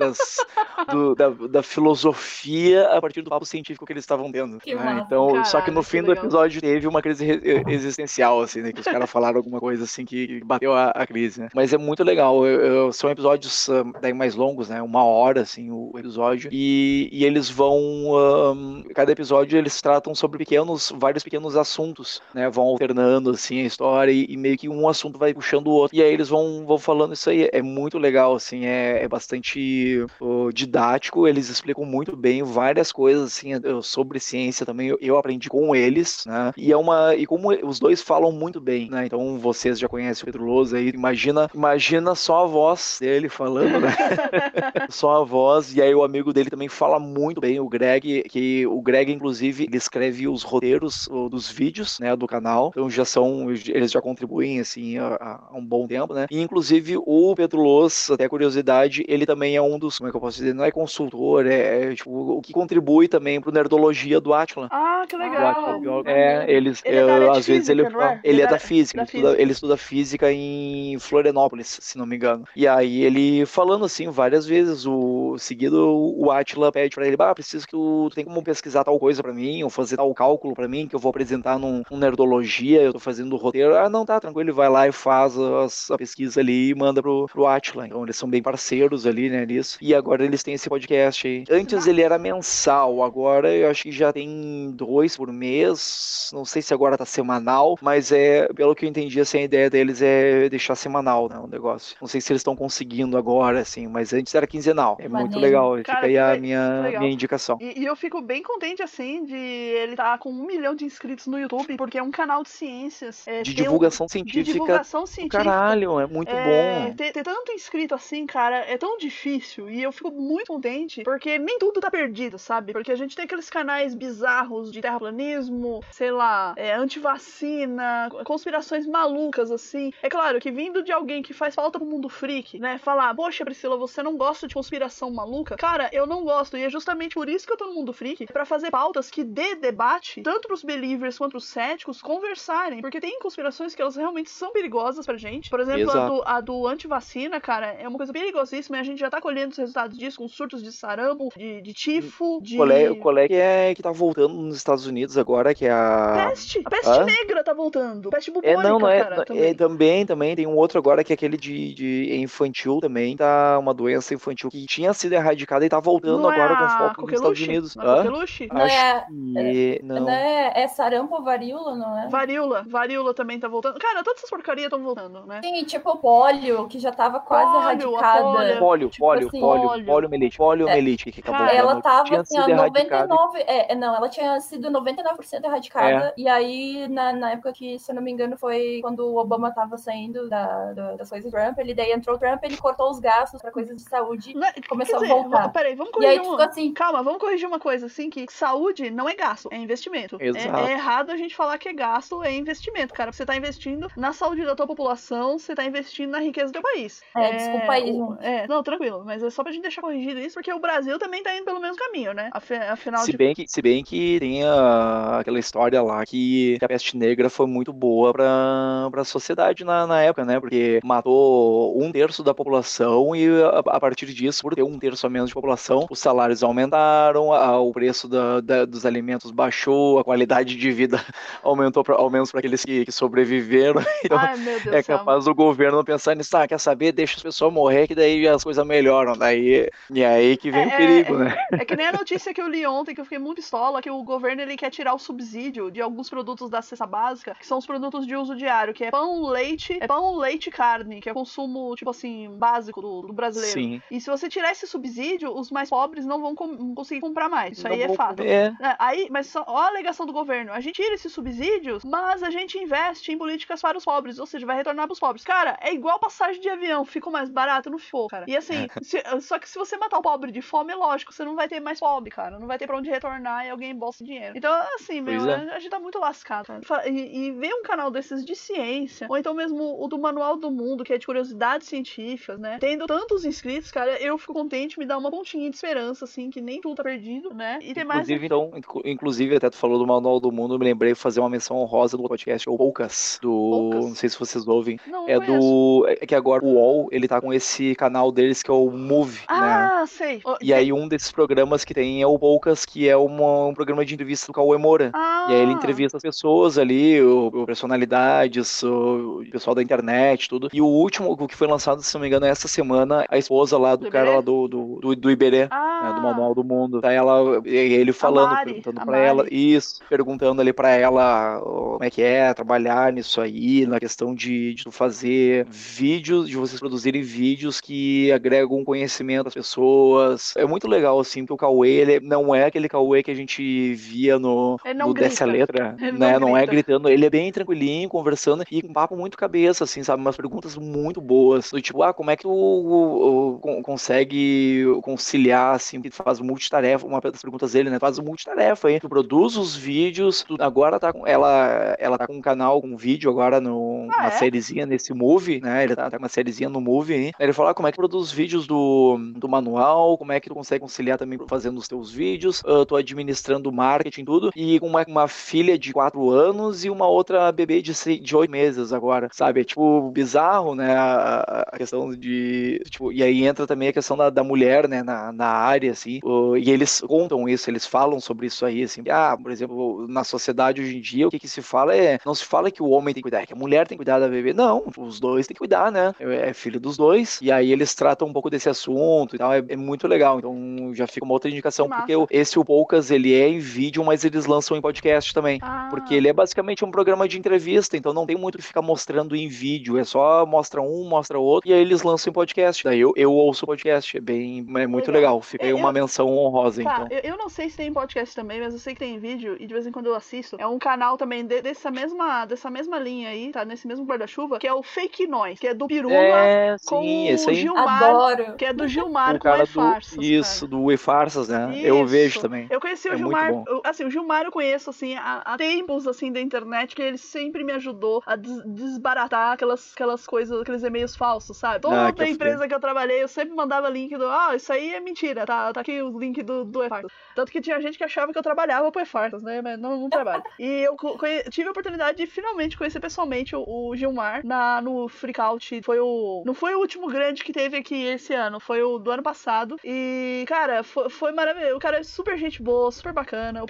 da filosofia a partir do papo científico que eles estavam tendo. Né? Então, caralho, só que no fim do episódio teve uma crise existencial, assim, né? Que os caras falaram alguma coisa assim que bateu a crise, né? Mas é muito legal. São episódios daí mais longos, né? 1 hora, assim, o episódio. E eles vão... cada episódio eles tratam sobre vários pequenos assuntos, né? Vão alternando, assim, a história e meio que um assunto vai puxando o outro. E aí eles vão falando isso aí. É muito legal, assim, é bastante didático. Eles explicam muito bem várias coisas, assim, sobre ciência também. Eu aprendi com eles, né? E como os dois falam muito bem, né? Então vocês já conhecem o Pedro Lousa aí. Imagina só a voz dele falando, né? Só a voz. E aí o amigo dele também fala muito bem, o Greg, que o Greg, inclusive, ele escreve os roteiros dos vídeos, né, do canal. Então eles já contribuem, assim, há um bom tempo, né? E, inclusive, o Pedro Loz, até curiosidade, ele também é um dos, como é que eu posso dizer, não é consultor, tipo, o que contribui também pro Nerdologia do Átila. Ah, que legal. Às vezes ele é da física, ele estuda física em Florianópolis, se não me engano. E aí ele falando assim várias vezes, seguido o Átila pede pra ele, preciso que tu tem como pesquisar tal coisa pra mim, ou fazer tal cálculo pra mim, que eu vou apresentar num Nerdologia, eu tô fazendo o roteiro. Não, tá, tranquilo, ele vai lá e faz a pesquisa ali e manda pro Átila. Então eles são bem parceiros ali, né, nisso. E agora eles têm esse podcast aí. Antes ele era mensal, agora eu acho que já tem 2 por mês, não sei se agora tá semanal, mas pelo que eu entendi, assim, a ideia deles é deixar semanal, né, o negócio. Não sei se eles estão conseguindo agora, assim, mas antes era quinzenal. É muito legal, fica aí a minha indicação. E eu fico bem contente, assim, de ele estar com 1 milhão de inscritos no YouTube, porque é um canal de ciências. De divulgação científica. Caralho, é muito bom. Ter tanto inscrito assim, cara, é tão difícil, e eu fico muito contente, porque nem tudo tá perdido, sabe? Porque a gente tem aqueles canais bizarros de terraplanismo, sei lá, antivacina, conspirações malucas, assim. É claro que vindo de alguém que faz falta pro mundo freak, né, falar, poxa, Priscila, você não gosta de conspiração maluca? Cara, eu não gosto, e é justamente por isso que eu tô no mundo freak, pra fazer pautas que dê debate, tanto pros believers quanto pros céticos conversarem, porque tem conspirações que elas realmente são perigosas pra gente. Por exemplo, a do antivacina, cara, é uma coisa perigosíssima, e a gente já tá colhendo os resultados disso com surtos de sarampo, de tifo, de... O colega que tá voltando nos Estados Unidos agora, que é a... A peste negra tá voltando. Peste bubônica, não é, cara. também tem um outro agora que é aquele de infantil também, tá uma doença infantil que tinha sido erradicada e tá voltando Não agora é com foco nos Estados coqueluche? Unidos. Não é coqueluche? Não Acho que não é sarampo ou varíola, não é? Varíola também tá voltando. Cara, todas essas porcarias estão voltando, né? Sim, tipo pólio, que já tava quase erradicada. Poliomielite, que acabou. Ela tava tinha assim, sido 99, ela tinha sido 99% erradicada, e aí na época que, se eu não me engano, foi quando o Obama tava saindo das coisas do Trump, daí entrou o Trump, ele cortou os gastos pra coisas de saúde e começou a voltar. Peraí, vamos corrigir Calma, vamos corrigir uma coisa, assim, que saúde não é gasto, é investimento. É errado a gente falar que é gasto, é investimento, cara. Você tá investindo na saúde da tua população, você tá investindo na riqueza do teu país. Desculpa aí, gente. Não, tranquilo, mas é só pra gente deixar corrigido isso, porque o Brasil também tá indo pelo mesmo caminho, né? Afinal se bem que tem aquela história lá que a peste negra foi muito boa pra sociedade na época, né? Porque matou 1/3 da população e a partir disso, por ter 1/3 a menos de população, os salários aumentaram, o preço dos alimentos baixou, a qualidade de vida aumentou, ao menos para aqueles que sobreviveram. Então, ai, meu Deus, capaz do governo pensar nisso, quer saber? Deixa as pessoas morrer que daí as coisas melhoram. E aí que vem o perigo, né? É que nem a notícia que eu li ontem, que eu fiquei muito pistola, que o governo ele quer tirar o subsídio de alguns produtos da cesta básica, que são os produtos de uso diário, que é pão, leite e carne, que é consumo, tipo assim, básico do brasileiro. Sim. E se você tirar esse subsídio, os mais pobres não vão conseguir comprar mais. Isso não aí é fato. Mas ó a alegação do governo. A gente tira esses subsídios, mas a gente investe em políticas para os pobres, ou seja, vai retornar para os pobres. Cara, é igual passagem de avião, ficou mais barato? Não ficou, cara. E assim, só que se você matar o pobre de fome, lógico, você não vai ter mais pobre, cara. Não vai ter pra onde retornar e alguém bolsa dinheiro. Então, assim, a gente tá muito lascado, cara. E ver um canal desses de ciência, ou então mesmo o do Manual do Mundo, que é de curiosidades científicas, né? Tendo tantos inscritos, cara, eu fico contente, me dá uma pontinha de esperança, assim, que nem tudo tá perdido, né? E tem mais... Inclusive, até tu falou do Manual do Mundo, eu me lembrei de fazer uma menção honrosa do podcast, o Poucas, não sei se vocês ouvem. Não, é que agora o UOL, ele tá com esse canal deles que é o Move, né? Sei. E aí um desses programas que tem é o Poucas, que é um programa de entrevista do Cauê Moura. E aí ele entrevista as pessoas ali, personalidades, o pessoal da internet, tudo. E o último, o que foi lançado, se não me engano, é essa semana, a esposa lá do cara lá do Iberê, né, do Manual do Mundo. Tá ele falando, perguntando pra ela, perguntando ali pra ela como é que é trabalhar nisso aí, na questão de tu fazer vídeos, de vocês produzirem vídeos que agregam conhecimento às pessoas. É muito legal, assim, porque o Cauê, ele não é aquele Cauê que a gente via no Desce a Letra, né? Não é gritando, ele é bem tranquilinho, conversando e com um papo muito cabeça, assim, sabe? Umas perguntas muito boas. Do tipo, como é que tu consegue conciliar, assim, que tu faz multitarefa, uma das perguntas dele, né? Tu faz multitarefa, hein? Tu produz os vídeos, tu agora tá com, ela tá com um canal, com um vídeo agora uma sériezinha nesse Move, né? Ele tá com uma sériezinha no Move, hein? Ele fala como é que produz os vídeos do manual, como é que tu consegue conciliar também fazendo os teus vídeos, tu administrando marketing, tudo, e com uma filha de 4 anos e uma outra bebê de 8 meses agora, sabe? É tipo bizarro, né? A questão de, tipo, e aí entra também a questão da mulher, né? Na área, assim, e eles contam isso, eles falam sobre isso aí, assim, por exemplo, na sociedade hoje em dia, o que se fala não se fala que o homem tem que cuidar, que a mulher tem que cuidar da bebê, não, os dois têm que cuidar, né? É filho dos dois, e aí eles tratam um pouco desse assunto e tal, é muito legal, então já fica uma outra indicação, porque o Poucas, ele é em vídeo, mas eles lançam em podcast também, porque ele é basicamente um programa de entrevista, então não tem muito o que ficar mostrando em vídeo, é só mostra um, mostra outro, e aí eles lançam em podcast, daí eu ouço o podcast, é muito legal, fica aí uma menção honrosa, então. Eu não sei se tem podcast também, mas eu sei que tem vídeo, e de vez em quando eu assisto, é um canal também dessa mesma linha aí, tá, nesse mesmo guarda-chuva, que é o Fake Noise, que é do Pirula com o Gilmar, adoro. Que é do Gilmar com o E-Farsas. Isso, do E-Farsas, né? Isso. Eu vejo também. Eu conheci o Gilmar, o Gilmar eu conheço, assim, há tempos, assim, da internet, que ele sempre me ajudou a desbaratar aquelas coisas, aqueles e-mails falsos, sabe? Toda a empresa que eu trabalhei, eu sempre mandava link isso aí é mentira, tá aqui o link do E-Farsas. Tanto que tinha gente que achava que eu trabalhava pro E-Farsas, né? Mas não trabalho. E eu tive a oportunidade de finalmente conhecer pessoalmente o Gilmar no Freakout. Não foi o último grande que teve aqui esse ano, foi o do ano passado. E, cara, foi maravilhoso. O cara é super gente boa, super bacana. O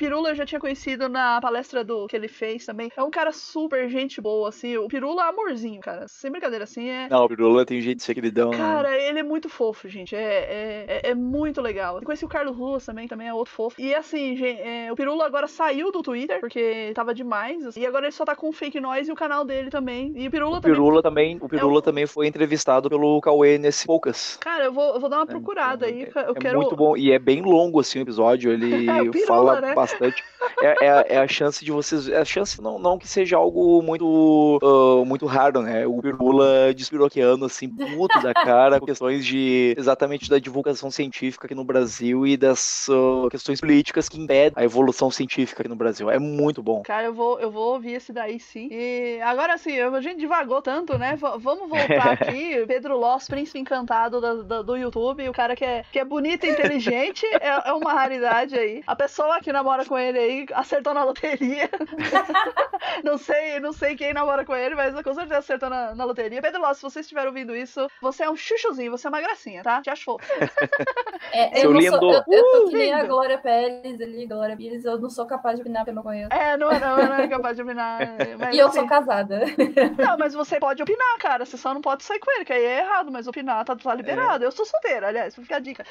Pirula eu já tinha conhecido na palestra que ele fez também. É um cara super gente boa, assim. O Pirula é amorzinho, cara. Sem brincadeira, assim, Não, o Pirula tem jeito de ser queridão, né? Cara, ele é muito fofo, gente. É muito legal. Eu conheci o Carlos Ruas também é outro fofo. E assim, gente, o Pirula agora saiu do Twitter, porque tava demais. Assim, e agora ele só tá com o Fake Noise e o canal dele também. E o Pirula também foi entrevistado pelo Cauê nesse Poucas. Cara, eu vou dar uma procurada aí. Eu quero... muito bom. E é bem longo, assim, o episódio. Ele o Pirula, fala né? bastante. É a chance de vocês... É a chance não que seja algo muito raro, né? O Pirula despiroqueando, assim, puto da cara, com questões exatamente da divulgação científica aqui no Brasil e das questões políticas que impedem a evolução científica aqui no Brasil. É muito bom. Cara, eu vou ouvir esse daí, sim. E agora, assim, a gente divagou tanto, né? Vamos voltar aqui. Pedro Loss, príncipe encantado do YouTube. O cara que é bonito e inteligente é uma raridade aí. A pessoa que namora com ele aí acertou na loteria. não sei quem namora com ele, mas com certeza acertou na loteria. Pedro Loss, se você estiver ouvindo isso, você é um chuchuzinho, você é uma gracinha, tá? Te acho fofo. Seu lindo. Eu tô que nem a Glória Pérez ali, Glória Pires, eu não sou capaz de opinar porque eu não conheço. Não é capaz de opinar. Mas, e eu sou casada. Não, mas você pode opinar, cara. Você só não pode sair com ele, que aí é errado, mas opinar tá liberado. Eu sou solteira, aliás, fica a dica.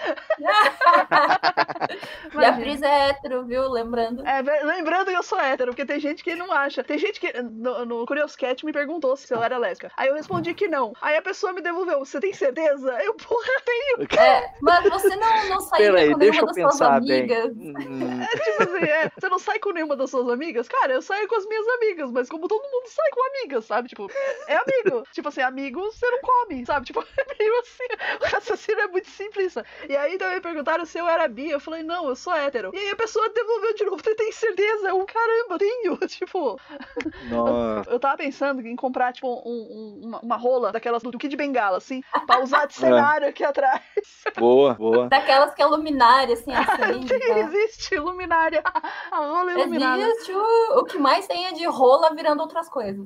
E a Pris é hétero, viu? Lembrando. Lembrando que eu sou hétero, porque tem gente que não acha. Tem gente que no Curioscat me perguntou se eu era lésbica. Aí eu respondi que não. Aí a pessoa me devolveu, você tem certeza? Eu, porra, tenho. Mas você não sairia com nenhuma das suas amigas? Tipo assim, você não sai com nenhuma das suas amigas? Cara, eu saio com as minhas amigas, mas como todo mundo sai com amigas, sabe? Tipo, é amigo. Tipo assim, amigo você não come, sabe? Tipo, é meio assim. O raciocínio é muito simplista. E aí também perguntaram se eu era bi. Eu falei, não, eu sou hétero. E aí a pessoa devolveu de novo, você tem certeza? Eu, caramba, tenho. Tipo, eu tava pensando em comprar, tipo, uma rola daquelas do Kid Bengala, assim, pra usar de cenário aqui atrás. Boa. Daquelas que é luminária, assim, acende. Existe luminária. A rola é iluminada. Existe o que mais tem é de rola virando outras coisas.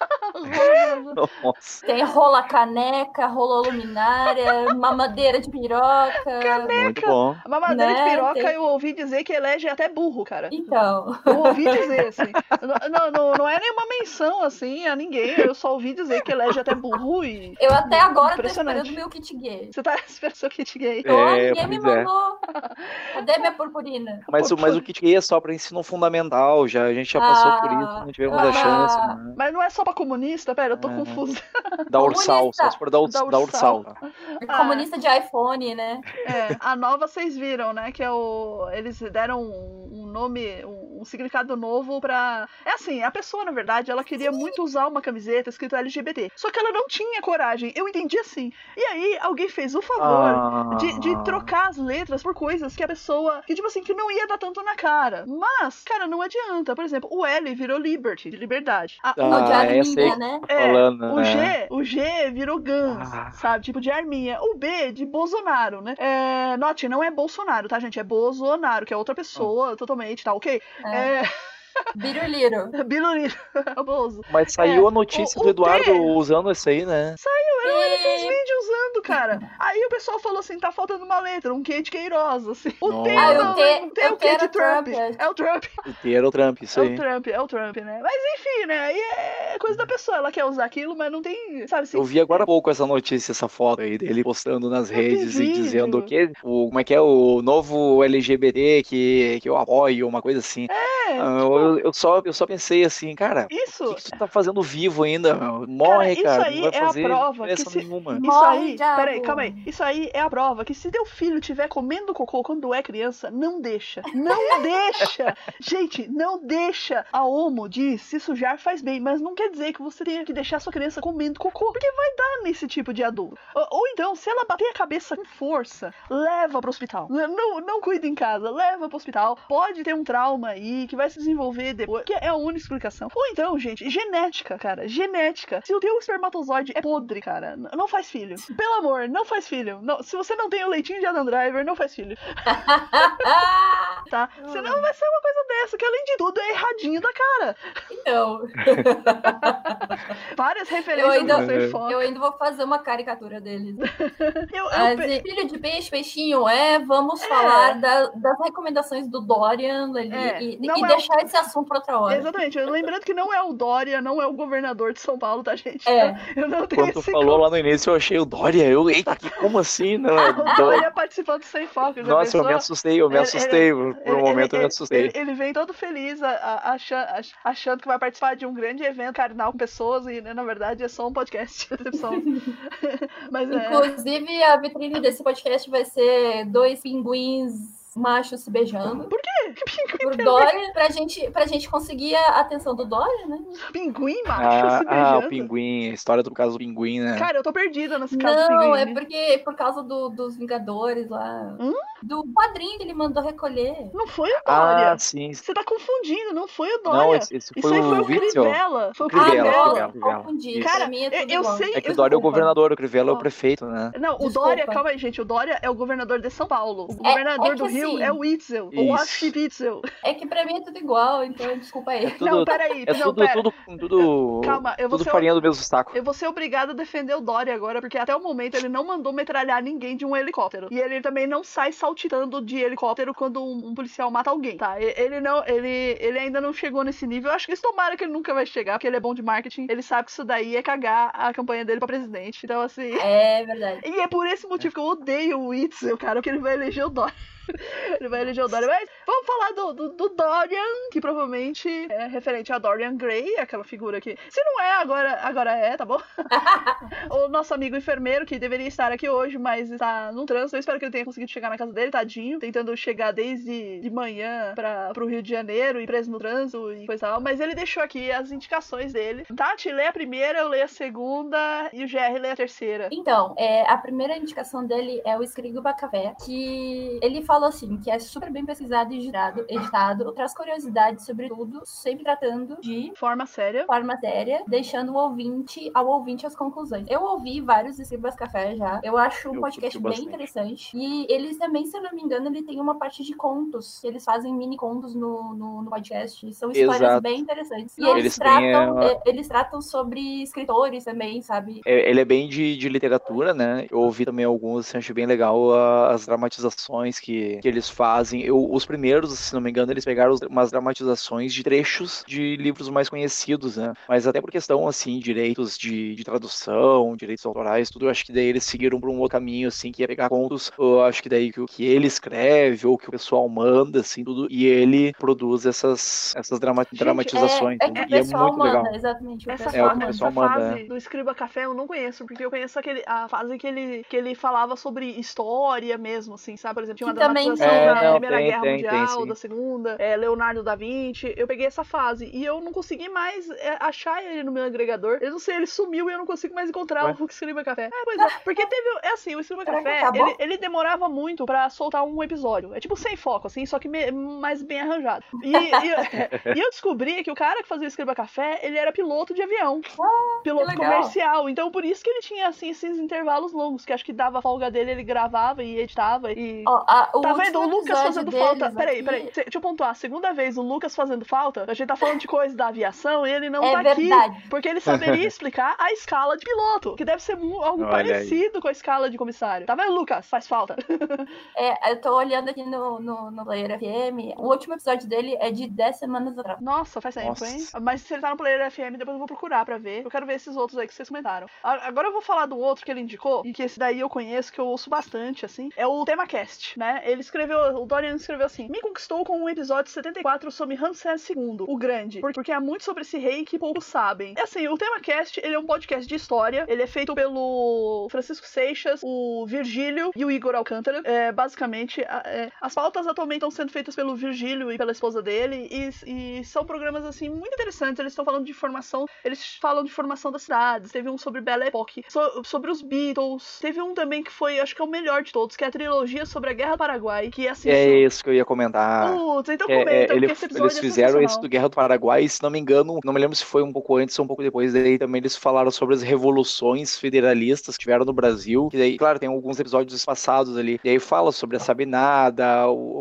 Nossa. Tem rola caneca, rola luminária, mamadeira de piroca. Caneca! Muito bom. A mamadeira de piroca eu ouvi dizer que elege até burro, cara. Então. Eu ouvi dizer, assim. Não é nenhuma menção, assim, a ninguém. Eu só ouvi dizer que elege até burro e... Eu até agora tô esperando meu kit gay. Você tá esperando seu kit gay? Ninguém me mandou. Cadê minha purpurina? Mas o kit gay é só pra ensino fundamental, a gente já passou por isso, não tivemos a chance. Né? Mas não é só pra comunista? Pera, eu tô confusa. Da Ursal, só se for da Ursal. Comunista de iPhone, né? A nova vocês viram, né? Que é eles deram um nome, um significado novo pra... É assim, a pessoa, na verdade, ela queria muito usar uma camiseta escrito LGBT. Só que ela não tinha coragem. Eu entendi assim. E aí, alguém fez o favor de trocar as letras por coisas que a pessoa... Que, tipo assim, que não ia dar tanto na cara. Mas, cara, não adianta. Por exemplo, o L virou Liberty, de liberdade. O de Arminha, né? O G virou Guns, sabe? Tipo, de Arminha. O B, de Bolsonaro, né? Note, não é Bolsonaro, tá, gente? É Bolsonaro, que é outra pessoa totalmente, tá ok? Biruliro. É o Bozo. Mas saiu a notícia do Eduardo usando isso aí, né? Saiu, ele fez vídeo usando, cara. Aí o pessoal falou assim, tá faltando uma letra, um Q de Queiroz, assim. O T é o Q de Trump. É o Trump. O T era o Trump, isso aí. É o Trump, né? Mas enfim, né? Aí é coisa da pessoa, ela quer usar aquilo, mas não tem, sabe assim. Eu vi agora há pouco essa notícia, essa foto aí dele postando nas redes e dizendo que como é que é o novo LGBT que eu apoio, uma coisa assim. Eu só pensei assim, cara, o que tu tá fazendo vivo ainda? Morre, cara. Isso aí não vai fazer é a prova nenhuma. Isso aí, peraí, calma aí. Isso aí é a prova que se teu filho estiver comendo cocô quando é criança, não deixa. Não deixa! Gente, não deixa. A Omo diz, se sujar faz bem, mas não quer dizer que você tenha que deixar sua criança comendo cocô, porque vai dar nesse tipo de adulto. Ou então, se ela bater a cabeça com força, leva pro hospital. Não cuida em casa, leva pro hospital. Pode ter um trauma aí que vai se desenvolver depois, que é a única explicação. Ou então, gente, genética, cara. Genética. Se o teu espermatozoide é podre, cara, não faz filho. Pelo amor, não faz filho. Não, se você não tem o leitinho de Adam Driver, não faz filho. Tá? Senão vai ser uma coisa dessa, que além de tudo é erradinho da cara. Então. Várias referências do Sem Foco. Eu ainda vou fazer uma caricatura deles. Filho de peixe, peixinho, vamos falar das recomendações do Dorian ali, e deixar esse assunto pra outra hora. Exatamente. Lembrando que não é o Dória, não é o governador de São Paulo, tá, gente? Eu não tenho Quando tu falou lá no início, eu achei o Dória. Eita, como assim? Não, o Dória participando do Sem Foco. Nossa, eu me assustei. Por um momento eu me assustei. Ele vem todo feliz, achando que vai participar de um grande evento carnal com pessoas, e na verdade é só um podcast. Mas, inclusive, a vitrine desse podcast vai ser 2 pinguins machos se beijando. Por quê? Por Dória, pra gente conseguir a atenção do Dória, né? Pinguim macho se beijando. O pinguim, a história do caso do pinguim, né? Cara, eu tô perdida nesse caso do pinguim. Não, é porque por causa dos Vingadores lá. Do quadrinho que ele mandou recolher. Não foi o Dória. Sim. Você tá confundindo, não foi o Dória. Não, esse Isso foi aí foi o Witzel. Crivella. Foi o Crivella. Confundi. Cara, pra mim é tudo eu igual. sei. É que o Dória é o governador, o Crivella é o prefeito, né? Não, o Dória, calma aí, gente. O Dória é o governador de São Paulo. O governador do Rio assim, é o Witzel. Ou acho que Witzel. É que pra mim é tudo igual, então desculpa aí. Não, peraí. Tudo. Calma, tudo farinha do mesmo saco. Eu vou ser obrigado a defender o Dória agora, porque até o momento ele não mandou metralhar ninguém de um helicóptero. E ele também não sai saltitando de helicóptero quando um policial mata alguém, tá? Ele ainda não chegou nesse nível. Eu acho que eles tomaram que ele nunca vai chegar, porque ele é bom de marketing. Ele sabe que isso daí é cagar a campanha dele pra presidente. Então, assim... É verdade. E é por esse motivo que eu odeio o Witzel, cara, porque ele vai eleger o Dória. Ele vai eleger o Dorian. Mas vamos falar do Dorian, que provavelmente é referente a Dorian Gray, aquela figura que, se não é, agora é, tá bom? O nosso amigo enfermeiro, que deveria estar aqui hoje, mas está no trânsito. Eu espero que ele tenha conseguido chegar na casa dele, tadinho, tentando chegar desde de manhã pro Rio de Janeiro e preso no trânsito e coisa tal. Mas ele deixou aqui as indicações dele. Tati, lê a primeira, eu leio a segunda e o GR lê a terceira. Então, a primeira indicação dele é o Escriba Café, que ele falou assim, que é super bem pesquisado e editado, traz curiosidades sobre tudo, sempre tratando de forma séria, deixando ao ouvinte as conclusões. Eu ouvi vários Escribas Café já, eu acho um podcast bem interessante, e eles também, se eu não me engano, ele tem uma parte de contos, eles fazem mini contos no podcast, são histórias bem interessantes. E eles tratam sobre escritores também, sabe? Ele é bem de literatura, né? Eu ouvi também alguns, achei bem legal as dramatizações que eles fazem. Os primeiros, se não me engano, eles pegaram umas dramatizações de trechos de livros mais conhecidos, né? Mas até por questão, assim, direitos de tradução, direitos autorais, tudo, eu acho que daí eles seguiram por um outro caminho, assim, que ia pegar contos, eu acho que daí que ele escreve, ou que o pessoal manda, assim, tudo, e ele produz essas dramatizações. E é muito legal. Exatamente. Essa fase do Escriba Café eu não conheço, porque eu conheço a fase que ele falava sobre história mesmo, assim, sabe? Por exemplo, tinha uma dramatização da Primeira Guerra Mundial, da Segunda, Leonardo da Vinci. Eu peguei essa fase e eu não consegui mais achar ele no meu agregador. Eu não sei, ele sumiu e eu não consigo mais encontrar o Escriba Café. Pois é, porque teve, o Escriba Café, ele demorava muito pra soltar um episódio. É tipo sem foco, assim, só que mais bem arranjado. E eu descobri que o cara que fazia o Escriba Café, ele era piloto de avião. Piloto comercial. Então, por isso que ele tinha, assim, esses intervalos longos, que acho que dava folga dele, ele gravava e editava e... Tá vendo? O Lucas fazendo falta. Peraí. Deixa eu pontuar. A segunda vez o Lucas fazendo falta, a gente tá falando de coisa da aviação e ele não tá verdade. Aqui. Porque ele saberia explicar a escala de piloto, que deve ser algo parecido com a escala de comissário. Tá vendo, Lucas? Faz falta. Eu tô olhando aqui no Player FM. O último episódio dele é de 10 semanas atrás. Nossa, faz tempo, hein? Mas se ele tá no Player FM, depois eu vou procurar pra ver. Eu quero ver esses outros aí que vocês comentaram. Agora eu vou falar do outro que ele indicou, e que esse daí eu conheço, que eu ouço bastante, assim. É o TemaCast, né? O Dorian escreveu assim: me conquistou com um episódio 74 sobre Ramsés II, o Grande, porque há muito sobre esse rei que poucos sabem. É assim, o TemaCast, ele é um podcast de história, ele é feito pelo Francisco Seixas, o Virgílio e o Igor Alcântara. Basicamente, as pautas atualmente estão sendo feitas pelo Virgílio e pela esposa dele, e são programas, assim, muito interessantes. Eles estão falando de formação, eles falam de formação das cidades. Teve um sobre Belle Époque, sobre os Beatles. Teve um também que foi, acho que é o melhor de todos, que é a trilogia sobre a Guerra do Paraguai, que assim... isso que eu ia comentar. Putz, então comenta, porque esse episódio eles fizeram esse do Guerra do Paraguai, se não me engano, não me lembro se foi um pouco antes ou um pouco depois, daí também eles falaram sobre as revoluções federalistas que tiveram no Brasil, que daí, claro, tem alguns episódios passados ali, e aí fala sobre a Sabinada,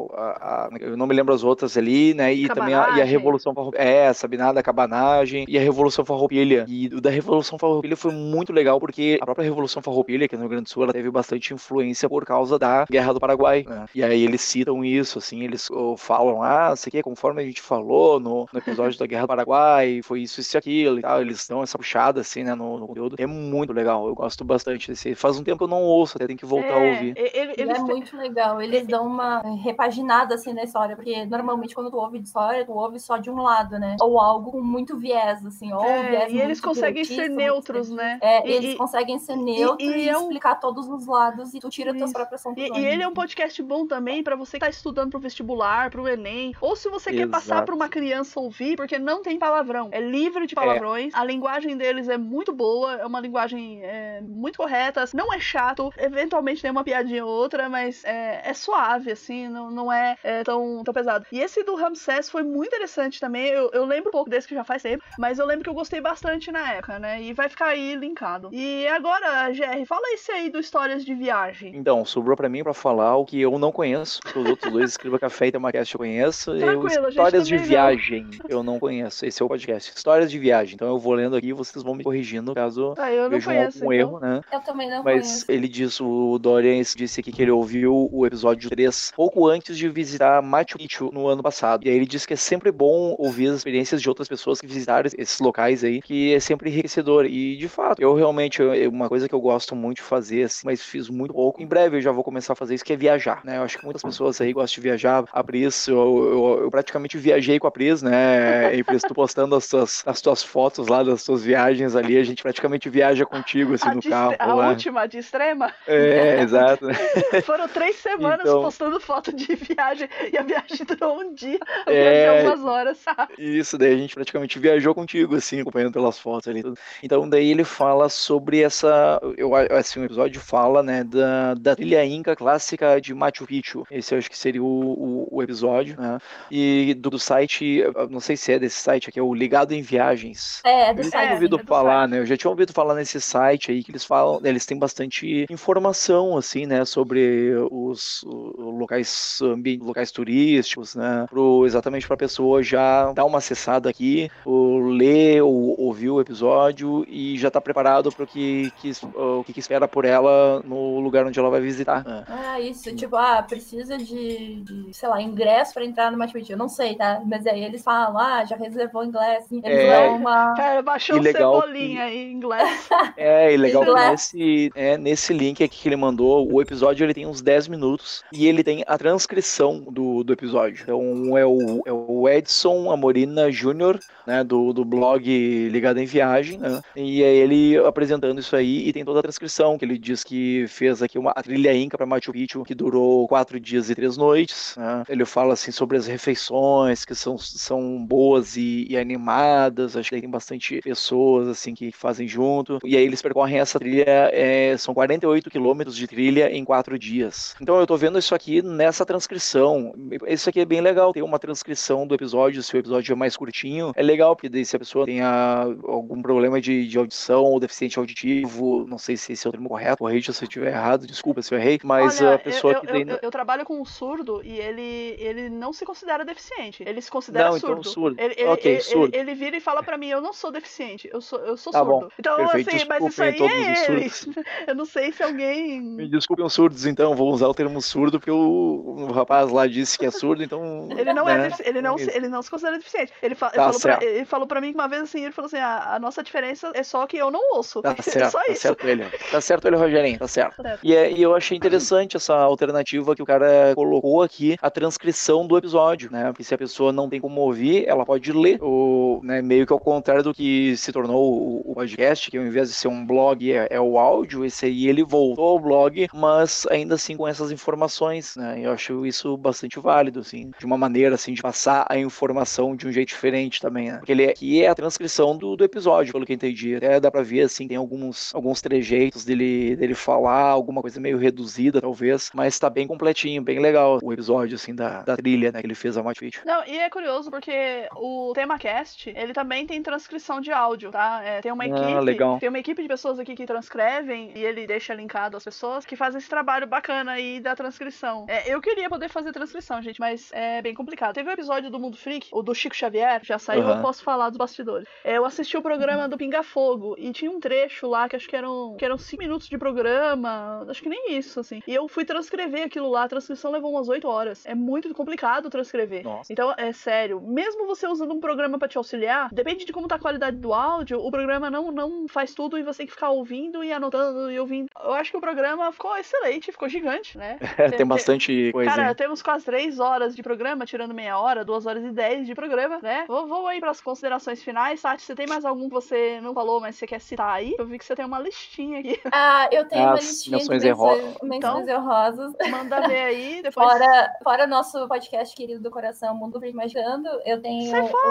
eu não me lembro as outras ali, né? E também a Revolução Farroupilha. Sabinada, a Cabanagem e a Revolução Farroupilha. E o da Revolução Farroupilha foi muito legal porque a própria Revolução Farroupilha, que é no Rio Grande do Sul, ela teve bastante influência por causa da Guerra do Paraguai, né? E aí eles citam isso, assim, eles falam, isso aqui, conforme a gente falou no episódio da Guerra do Paraguai, foi isso e aquilo e tal. Eles dão essa puxada, assim, né, no conteúdo. É muito legal, eu gosto bastante desse. Faz um tempo que eu não ouço, até tem que voltar a ouvir. É muito legal, eles dão uma repaginada, assim, na história, porque normalmente quando tu ouve de história, tu ouve só de um lado, né? Ou algo com muito viés, assim, ou viés e eles conseguem ser neutros, né? Eles conseguem ser neutros e explicar todos os lados e tu tira tuas próprias conclusões. E ele é um podcast bom também pra você que tá estudando pro vestibular, pro Enem, ou se você quer passar pra uma criança ouvir, porque não tem palavrão, é livre de palavrões, a linguagem deles é muito boa, é uma linguagem muito correta, não é chato, eventualmente tem uma piadinha ou outra, mas é suave, assim, não é tão pesado. E esse do Ramsés foi muito interessante também, eu lembro um pouco desse que já faz tempo, mas eu lembro que eu gostei bastante na época, né, e vai ficar aí linkado. E agora, GR, fala esse aí do Histórias de Viagem. Então, sobrou pra mim pra falar o que eu não conheço, os outros dois, Escriba Café e Temacast eu conheço, Histórias de Viagem eu não conheço, esse é o podcast, Histórias de Viagem, então eu vou lendo aqui e vocês vão me corrigindo caso vejam algum erro, né? Eu também não conheço. Mas ele diz, o Dorian disse aqui que ele ouviu o episódio 3 pouco antes de visitar Machu Picchu no ano passado, e aí ele disse que é sempre bom ouvir as experiências de outras pessoas que visitaram esses locais aí, que é sempre enriquecedor, e de fato, eu realmente, uma coisa que eu gosto muito de fazer, assim, mas fiz muito pouco, em breve eu já vou começar a fazer isso, que é viajar, né? Eu acho que muitas pessoas aí gostam de viajar, a Pris, eu praticamente viajei com a Pris, né? E Pris, tu postando as tuas fotos lá das tuas viagens ali, a gente praticamente viaja contigo, assim, no carro. A última, de Extrema? Exato. Foram 3 semanas postando foto de viagem, e a viagem durou um dia, eu viajei umas horas, sabe? Isso, daí a gente praticamente viajou contigo, assim, acompanhando pelas fotos ali. Então, daí ele fala sobre assim, o episódio fala, né, da trilha Inca clássica de Machu Picchu. Esse eu acho que seria o episódio, né? E do site, não sei se é desse site aqui, é o Ligado em Viagens. Do site. Eu tinha ouvido falar, né? Eu já tinha ouvido falar nesse site aí que eles falam, eles têm bastante informação, assim, né, sobre os locais turísticos, né? Exatamente pra pessoa já dar uma acessada aqui, ler ou ouvir o episódio e já tá preparado pro que espera por ela no lugar onde ela vai visitar. Isso, tipo, precisa de sei lá, ingresso pra entrar no Machu Picchu, eu não sei, tá? Mas aí eles falam, já reservou inglês, assim, eles dão uma... Cara, baixou o Cebolinha aí, inglês. E legal que nesse link aqui que ele mandou, o episódio ele tem uns 10 minutos e ele tem a transcrição do episódio. Então é o Edson Amorina Jr., né, do blog Ligado em Viagem, né? E é ele apresentando isso aí e tem toda a transcrição, que ele diz que fez aqui a trilha Inca para Machu Picchu, que durou 4 dias e 3 noites, né? Ele fala assim sobre as refeições, que são boas e animadas, acho que tem bastante pessoas assim que fazem junto, e aí eles percorrem essa trilha, são 48 quilômetros de trilha em 4 dias. Então eu tô vendo isso aqui nessa transcrição, isso aqui é bem legal, tem uma transcrição do episódio, se o episódio é mais curtinho, é legal, porque daí se a pessoa tem algum problema de audição ou deficiente auditivo, não sei se esse é o termo correto, corrija se eu estiver errado, desculpa se eu errei, mas olha, a pessoa eu trabalho com um surdo e ele não se considera deficiente, ele se considera surdo. Então surdo. Surdo. Ele vira e fala pra mim, eu não sou deficiente, eu sou surdo. Bom. Então, Perfeito. assim, mas isso aí é eles. Eu não sei se alguém... Me desculpem os surdos, então, vou usar o termo surdo, porque o rapaz lá disse que é surdo, então... Ele não ele não se considera deficiente. Ele falou pra mim uma vez assim, ele falou assim, a nossa diferença é só que eu não ouço. Tá certo, só isso. Tá certo ele, Rogerinho, tá certo. E eu achei interessante essa alternativa que o cara colocou aqui, a transcrição do episódio, né? Porque se a pessoa não tem como ouvir, ela pode ler, né? Meio que ao contrário do que se tornou o podcast, que ao invés de ser um blog é o áudio, esse aí ele voltou ao blog, mas ainda assim com essas informações, né? Eu acho isso bastante válido, assim, de uma maneira assim de passar a informação de um jeito diferente também, né? Porque ele aqui é a transcrição do episódio, pelo que eu entendi. Até dá pra ver, assim, tem alguns trejeitos dele falar, alguma coisa meio reduzida, talvez, mas tá bem completinho, bem legal o episódio, assim, da trilha, né, que ele fez a Machu Picchu. Não, e é curioso porque o TemaCast, ele também tem transcrição de áudio, tá? Tem uma equipe de pessoas aqui que transcrevem e ele deixa linkado as pessoas que fazem esse trabalho bacana aí da transcrição. Eu queria poder fazer transcrição, gente, mas é bem complicado. Teve um episódio do Mundo Freak, o do Chico Xavier, já saiu, eu posso falar dos bastidores. Eu assisti o programa do Pinga Fogo e tinha um trecho lá que acho que eram 5 minutos de programa, acho que nem isso, assim. E eu fui transcrever aquilo lá, a transcrição levou umas 8 horas. É muito complicado transcrever. Nossa. Então, é sério, mesmo você usando um programa pra te auxiliar, depende de como tá a qualidade do áudio, o programa não faz tudo e você tem que ficar ouvindo e anotando e ouvindo. Eu acho que o programa ficou excelente, ficou gigante, né? Tem bastante coisa. Cara, temos quase 3 horas de programa, tirando meia hora, 2 horas e 10 de programa, né? Vou aí pras considerações finais. Tati, você tem mais algum que você não falou, mas você quer citar aí? Eu vi que você tem uma listinha aqui. Eu tenho uma listinha de menções honrosas. Manda ver aí, depois... Fora nosso podcast querido do coração, Mundo Freak Imaginando, eu tenho...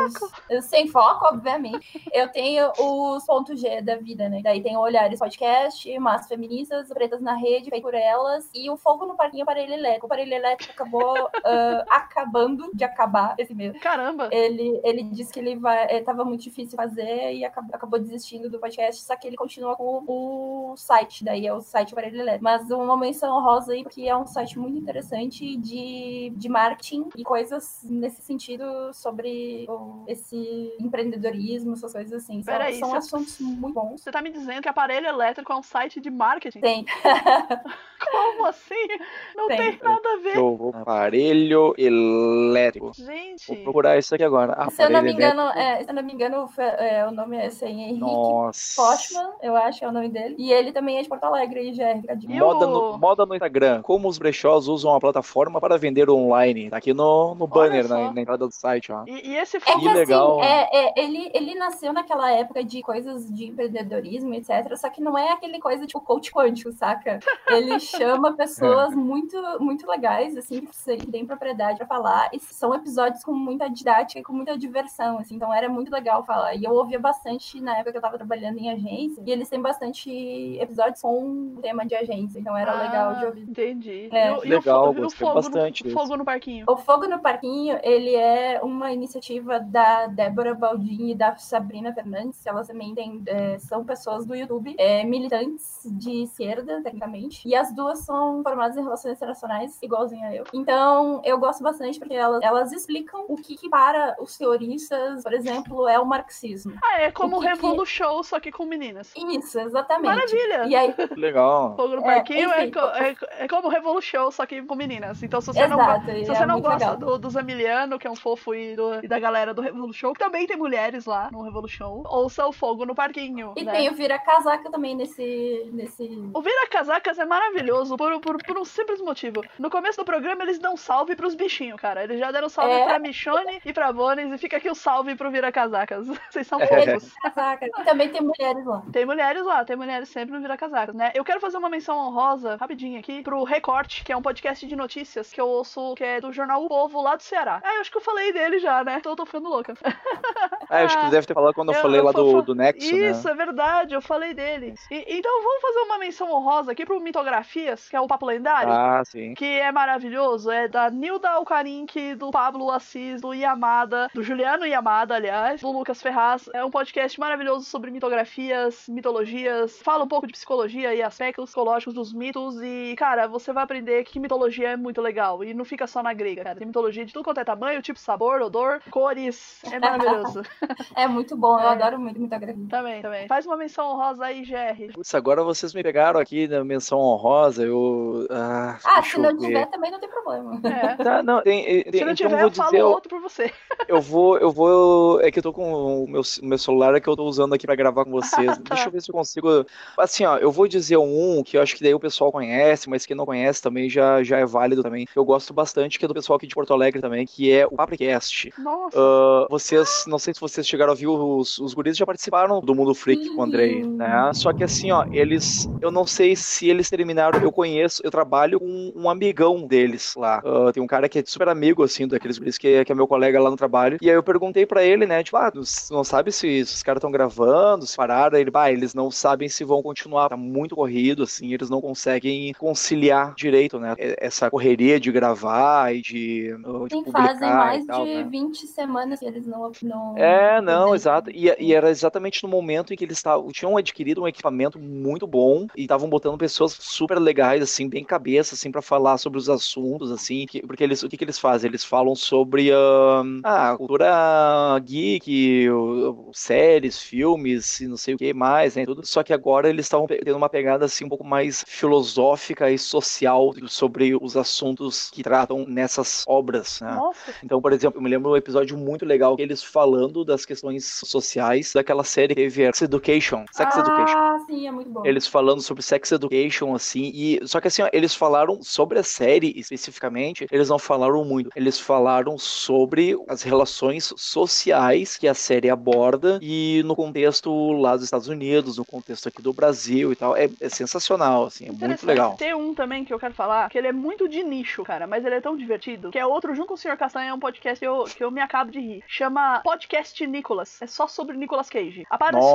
Sem foco, obviamente. Eu tenho os pontos G da vida, né? Daí tem o Olhares Podcast, Massas Feministas, Pretas na Rede, Feito por Elas, e o Fogo no Parquinho Aparelho Elétrico. O Aparelho Elétrico acabou acabando de acabar esse mês. Caramba! Ele disse que ele tava muito difícil fazer e acabou desistindo do podcast, só que ele continua com o site, daí é o site Aparelho Elétrico. Mas uma menção honrosa aí, porque é um site muito interessante de marketing e coisas nesse sentido sobre esse empreendedorismo, essas coisas assim. São assuntos muito bons. Você tá me dizendo que Aparelho Elétrico é um site de marketing? Tem. Como assim? Não tem nada a ver. Aparelho Elétrico. Gente. Vou procurar isso aqui agora. Se eu não me engano, o nome é Henrique Postman, eu acho que é o nome dele. E ele também é de Porto Alegre, e já é Moda no Instagram. Como os brechós usam a plataforma para vender online. Tá aqui no banner, na entrada do site, ó. E esse que legal. Ele nasceu naquela época de coisas de empreendedorismo, etc. Só que não é aquele coisa tipo coach quântico, saca? Ele chama pessoas muito, muito legais, assim, que têm propriedade pra falar. E são episódios com muita didática e com muita diversão, assim. Então era muito legal falar. E eu ouvia bastante na época que eu tava trabalhando em agência. E eles têm bastante episódios com tema de agência. Então era legal de ouvir. Entendi. Legal, gostei bastante. O Fogo no Parquinho. O Fogo no Parquinho, ele é uma iniciativa da Débora Baldini e da Sabrina Fernandes. Elas também são pessoas do YouTube, militantes de esquerda, tecnicamente. E as duas são formadas em relações internacionais, igualzinho a eu. Então, eu gosto bastante porque elas explicam o que para os teoristas, por exemplo, é o marxismo. É como o Revolu Show, só que com meninas. Isso, exatamente. Maravilha! E aí... Legal. Fogo no Parquinho é como o Revolu Show, só que com meninas. Então, se você não gosta do Zamiliano, que é um fofo, e da galera do Revolu Show, que também tem mulheres lá no Revolu Show, ouça o Fogo no Parquinho. E tem o Vira Casaca também nesse... O Vira Casacas é maravilhoso por um simples motivo. No começo do programa, eles dão salve pros bichinhos, cara. Eles já deram salve pra Michonne e pra Bones, e fica aqui o salve pro Vira Casacas. Vocês são fofos. E também tem mulheres lá. Tem mulheres sempre no Vira Casacas, né? Eu quero fazer uma menção honrosa, rapidinho aqui, pro Recorte, que é um podcast de notícias que eu ouço, que é do jornal O Povo, lá do Ceará. Eu acho que eu falei dele já, né? Tô ficando louca. Acho que deve ter falado quando eu falei lá do Nexo, Isso, né? É verdade, eu falei dele. Então vamos fazer uma menção honrosa aqui pro Mitografias, que é o Papo Lendário. Sim. Que é maravilhoso. É da Nilda Alcarinque, do Pablo Assis, do Yamada, do Juliano Yamada, aliás, do Lucas Ferraz. É um podcast maravilhoso sobre mitografias, mitologias, fala um pouco de psicologia e aspectos psicológicos dos mitos. E, cara, você vai aprender que mitologia é muito legal. E não fica só na grega, cara. Tem mitologia de tudo quanto é tamanho, tipo sabor, odor, cores. É maravilhoso. É muito bom, eu adoro muito mitografia. Também. Faz uma menção honrosa aí, GR. Putz, agora vocês me pegaram aqui na menção honrosa. Se não tiver, também não tem problema. Tá, não, se não tiver, eu falo outro por você. Eu vou. É que eu tô com o meu celular que eu tô usando aqui pra gravar com vocês. Tá. Deixa eu ver se eu consigo. Assim, ó, eu vou dizer um que eu acho que daí o pessoal conhece, mas quem não conhece também já é válido também. Eu gosto bastante, que é do pessoal aqui de Porto Alegre também, que é o Papricast. Nossa. Vocês, não sei se vocês chegaram a ouvir, os guris já participaram do Mundo Freak com o Andrei, né? Só que assim, ó, eu não sei se eles terminaram, eu trabalho com um amigão deles lá. Tem um cara que é super amigo, assim, daqueles guris que é meu colega lá no trabalho. E aí eu perguntei pra ele, né, tipo, não sabe se os caras estão gravando, se pararam. Eles não sabem se vão continuar. Tá muito corrido, assim, eles não conseguem conciliar direito, né? Essa correria de gravar e de publicar. Fazem mais tal, de né? 20 semanas que eles não exato. E era exatamente no momento em que eles tinham adquirido um equipamento muito bom e estavam botando pessoas super legais, assim, bem cabeça, assim, pra falar sobre os assuntos, assim, porque o que eles fazem? Eles falam sobre a cultura geek, séries, filmes, e não sei o que mais, né, tudo. Só que agora eles estavam tendo uma pegada, assim, um pouco mais filosófica e social sobre os assuntos que tratam nessas obras, né? Nossa. Então, por exemplo, eu me lembro de um episódio muito legal, que eles falando das questões sociais daquela série que teve Sex Education. Ah, sim, é muito bom. Eles falando sobre Sex Education, assim, só que assim, ó, eles falaram sobre a série especificamente, eles não falaram muito, eles falaram sobre as relações sociais que a série aborda e no contexto lá dos Estados Unidos, no contexto aqui do Brasil e tal, é sensacional, assim, é muito legal. Tem um também que eu quero falar, que ele é muito de nicho, cara, mas ele é tão divertido, que é outro, junto com o Sr. Castanha, é um podcast que eu me acabo de rir. Chama Podcast Nicolas. É só sobre Nicolas Cage.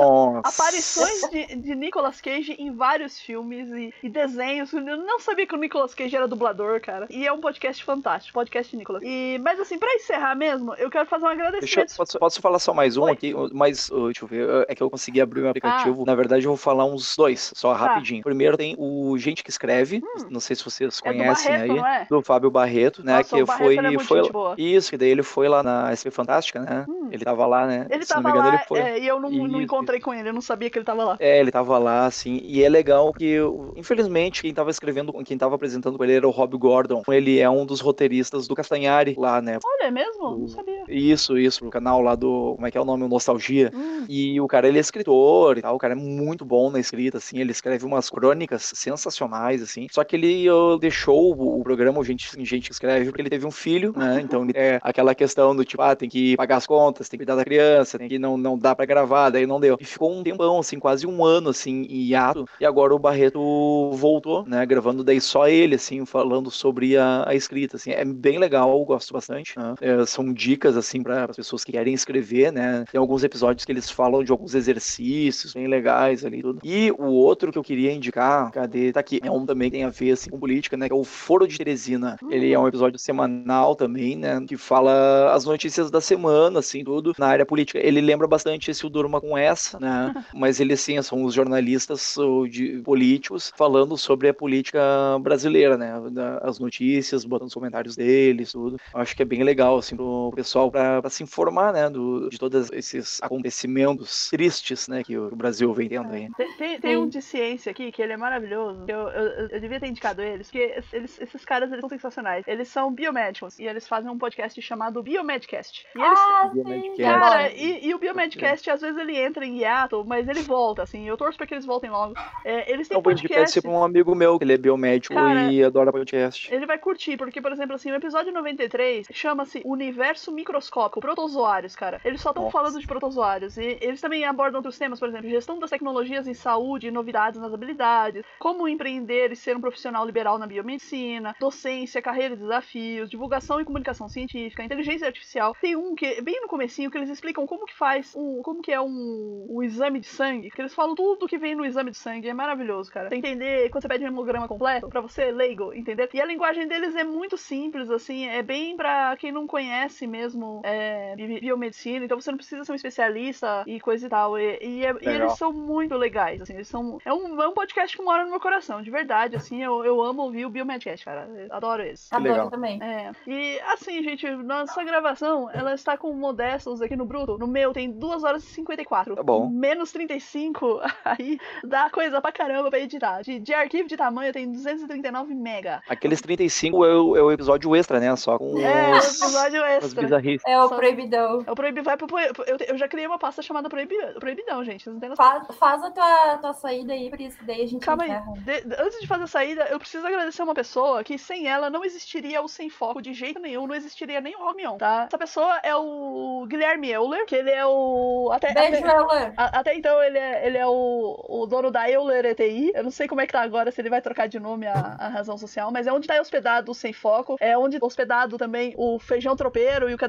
Aparições de Nicolas Cage em vários filmes e desenhos. Eu não sabia que o Nicolas Cage era dublador, cara. E é um podcast fantástico, Podcast Nicolas. Mas assim, pra encerrar mesmo, eu quero fazer um agradecimento. Posso falar só mais um aqui? Deixa eu ver, é que eu consegui abrir o meu aplicativo. Na verdade, eu vou falar uns dois, só rapidinho. Primeiro tem o Gente que Escreve, não sei se vocês conhecem do Barreto, aí, não é? do Fábio Barreto, né? Nossa, Que o Barreto é muito gente boa. Isso, que daí ele foi lá na SP Fantástica, né? Ele tava lá, né? Ele se tava não me engano, lá, ele foi. e eu não encontrei com ele, eu não sabia que ele tava lá. Ele tava lá, assim, e é legal que, infelizmente, quem tava apresentando com ele era o Rob Gordon. Ele é um dos roteiristas do Castanhari lá, né? Olha, é mesmo? Não sabia. Isso, o canal lá do, como é que é o nome? O Nostalgia. E o cara, ele é escritor e tal, o cara é muito bom na escrita, assim, ele escreve umas crônicas sensacionais, assim, só que ele deixou o programa Gente que Escreve porque ele teve um filho, né? Então é aquela questão do tipo, tem que pagar as contas, tem que cuidar da criança, tem que não dá pra gravar, daí não deu. E ficou um tempão, assim, quase um ano, assim, em hiato, e agora o Barreto voltou, né, gravando daí só ele, assim, falando sobre a escrita, assim, é bem legal, eu gosto bastante, né? São dicas, assim, para as pessoas que querem escrever, né? Tem alguns episódios que eles falam de alguns exercícios bem legais ali, tudo. E o outro que eu queria indicar, tá aqui, é um também que tem a ver, assim, com política, né, que é o Foro de Teresina. Ele é um episódio semanal também, né, que fala as notícias da semana, assim, tudo, na área política. Ele lembra bastante esse O Durma Com Essa, né, mas ele, assim, são os jornalistas políticos falando sobre a política brasileira, né, as notícias, botando os comentários deles, tudo. Eu acho que é bem legal, assim, pro pessoal pra se informar, né, de todos esses acontecimentos tristes, né, que o Brasil vem tendo aí. Tem um de ciência aqui, que ele é maravilhoso, eu devia ter indicado eles, porque esses caras, eles são sensacionais. Eles são biomédicos, e eles fazem um podcast chamado Biomedcast. E eles, cara, e o Biomedcast, às vezes ele entra em hiato, mas ele volta, assim, eu torço pra que eles voltem logo. Eles têm podcast... Eu um amigo meu, que ele é biomédico, cara, e adora podcast. Ele vai curtir, porque, por exemplo, assim, o episódio 93 chama-se Universo Microscópico, protozoários, cara. Eles só estão falando de protozoários, e eles também abordam outros temas, por exemplo, gestão das tecnologias em saúde, novidades nas habilidades, como empreender e ser um profissional liberal na biomedicina, docência, carreira e desafios, divulgação e comunicação científica, inteligência artificial. Tem um que, bem no comecinho, que eles explicam como que faz, como que é um exame de sangue, que eles falam tudo que vem no exame de sangue, é maravilhoso, cara. Tem que entender, quando você pede um hemograma completo, pra você, leigo, entender? E a linguagem deles é muito simples, assim, é bem pra quem não conhece mesmo biomedicina, então você não precisa ser um especialista e coisa e tal. E eles são muito legais, assim, eles são... É um podcast que mora no meu coração, de verdade, assim, eu amo ouvir o Biomedcast, cara. Eu adoro esse. Adoro também. E assim, gente, nossa gravação, ela está com modestos aqui no bruto. No meu tem 2 horas e 54. Tá bom. Menos 35, aí dá coisa pra caramba pra editar. De arquivo de tamanho tem 239 mega. Aqueles 35 é o episódio extra, né? Só com o episódio extra. É o Proibidão. É o Proibidão. Eu já criei uma pasta chamada Proibidão, gente. Vocês não tem noção. Faz a tua saída aí, por isso daí a gente Calma aí. Antes de fazer a saída, eu preciso agradecer uma pessoa que sem ela não existiria o Sem Foco de jeito nenhum, não existiria nem o Romion, tá? Essa pessoa é o Guilherme Euler, que ele é o... Beijo, Euler! Até então ele é o dono da Euler ETI. Eu não sei como é que tá agora, se ele vai trocar de nome a razão social, mas é onde tá hospedado o Sem Foco, é onde tá hospedado também o Feijão Tropeiro e o Caderno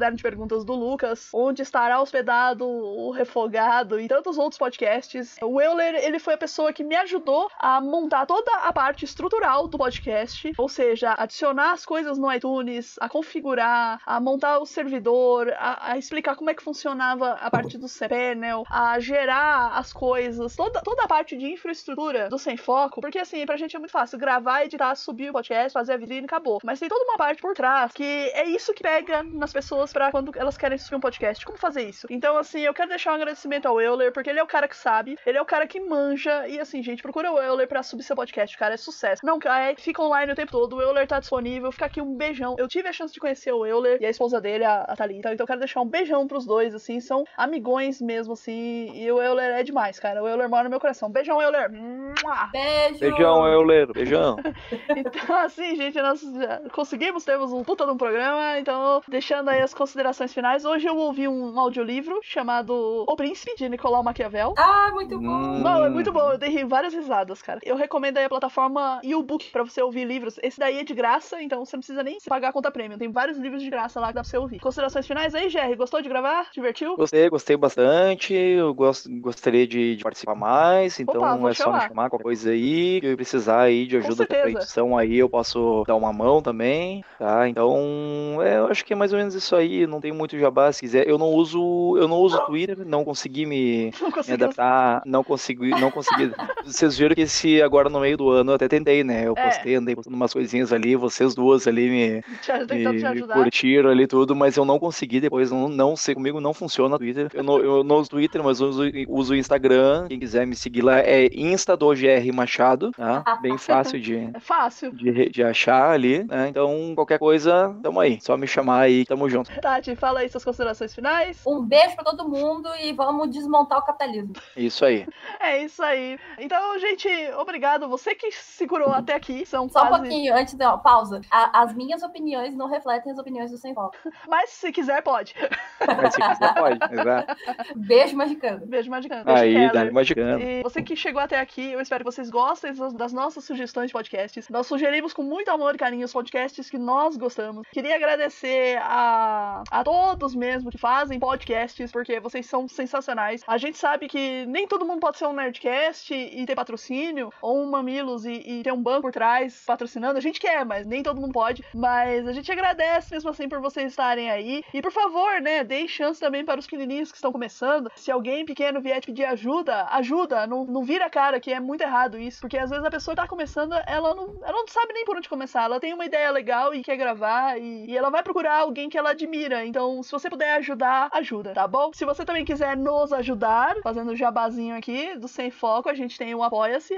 caderno de perguntas do Lucas, onde estará hospedado o Refogado e tantos outros podcasts. O Euler, ele foi a pessoa que me ajudou a montar toda a parte estrutural do podcast, ou seja, adicionar as coisas no iTunes, a configurar, a montar o servidor, a explicar como é que funcionava a parte do cPanel, a gerar as coisas, toda a parte de infraestrutura do Sem Foco, porque assim, pra gente é muito fácil gravar, editar, subir o podcast, fazer a vitrine e acabou. Mas tem toda uma parte por trás que é isso que pega nas pessoas pra quando elas querem subir um podcast. Como fazer isso? Então, assim, eu quero deixar um agradecimento ao Euler, porque ele é o cara que sabe, ele é o cara que manja, e assim, gente, procura o Euler pra subir seu podcast, cara, é sucesso. Não cai, fica online o tempo todo, o Euler tá disponível, fica aqui um beijão. Eu tive a chance de conhecer o Euler e a esposa dele, a Thalita, então eu quero deixar um beijão pros dois, assim, são amigões mesmo, assim, e o Euler é demais, cara, o Euler mora no meu coração. Beijão, Euler! Beijo! Beijão, Euler, beijão. Então, assim, gente, nós conseguimos, temos um puta de um programa, então, deixando aí as considerações finais, hoje eu ouvi um audiolivro chamado O Príncipe, de Nicolau Maquiavel. Ah, muito bom! Não, é muito bom, eu dei várias risadas, cara. Eu recomendo aí a plataforma YouBook pra você ouvir livros. Esse daí é de graça, então você não precisa nem pagar a conta premium. Tem vários livros de graça lá que dá pra você ouvir. Considerações finais aí, Jerry? Gostou de gravar? Divertiu? Gostei bastante. Eu gostaria de participar mais, então Opa, é só me chamar qualquer coisa aí. Que eu precisar aí de ajuda pra edição aí, eu posso dar uma mão também, tá? Então, eu acho que é mais ou menos isso aí. Não tem muito jabá, se quiser. Eu não uso Twitter, não consegui me adaptar, não consegui. Vocês viram que agora no meio do ano eu até tentei, né? Eu andei postando umas coisinhas ali, vocês duas ali me curtiram ali tudo, mas eu não consegui depois, não sei, comigo não funciona o Twitter. Eu não uso Twitter, mas uso o Instagram. Quem quiser me seguir lá é Insta do GR Machado, tá? Bem fácil de achar ali, né? Então, qualquer coisa, tamo aí. Só me chamar aí, tamo junto. Tati, fala aí suas considerações finais. Um beijo pra todo mundo e vamos desmontar o capitalismo. Isso aí. É isso aí. Então, gente, obrigado. Você que segurou até aqui. Só um pouquinho, antes da pausa. As minhas opiniões não refletem as opiniões do Sem Foco. Mas se quiser, pode. Mas se quiser, pode. Exato. Beijo magicano. Beijo magicano. Aí, Dani magicano. E você que chegou até aqui, eu espero que vocês gostem das nossas sugestões de podcasts. Nós sugerimos com muito amor e carinho os podcasts que nós gostamos. Queria agradecer a todos mesmo que fazem podcasts, porque vocês são sensacionais. A gente sabe que nem todo mundo pode ser um Nerdcast e ter patrocínio, ou um Mamilos e ter um banco por trás patrocinando. A gente quer, mas nem todo mundo pode. Mas a gente agradece mesmo assim por vocês estarem aí. E por favor, né, deem chance também para os pequenininhos que estão começando. Se alguém pequeno vier te pedir ajuda, não vira a cara, que é muito errado isso. Porque às vezes a pessoa que tá começando, ela não sabe nem por onde começar. Ela tem uma ideia legal e quer gravar, e ela vai procurar alguém que ela admira. Então, se você puder ajudar, ajuda, tá bom? Se você também quiser nos ajudar, fazendo o jabazinho aqui do Sem Foco, a gente tem o Apoia-se,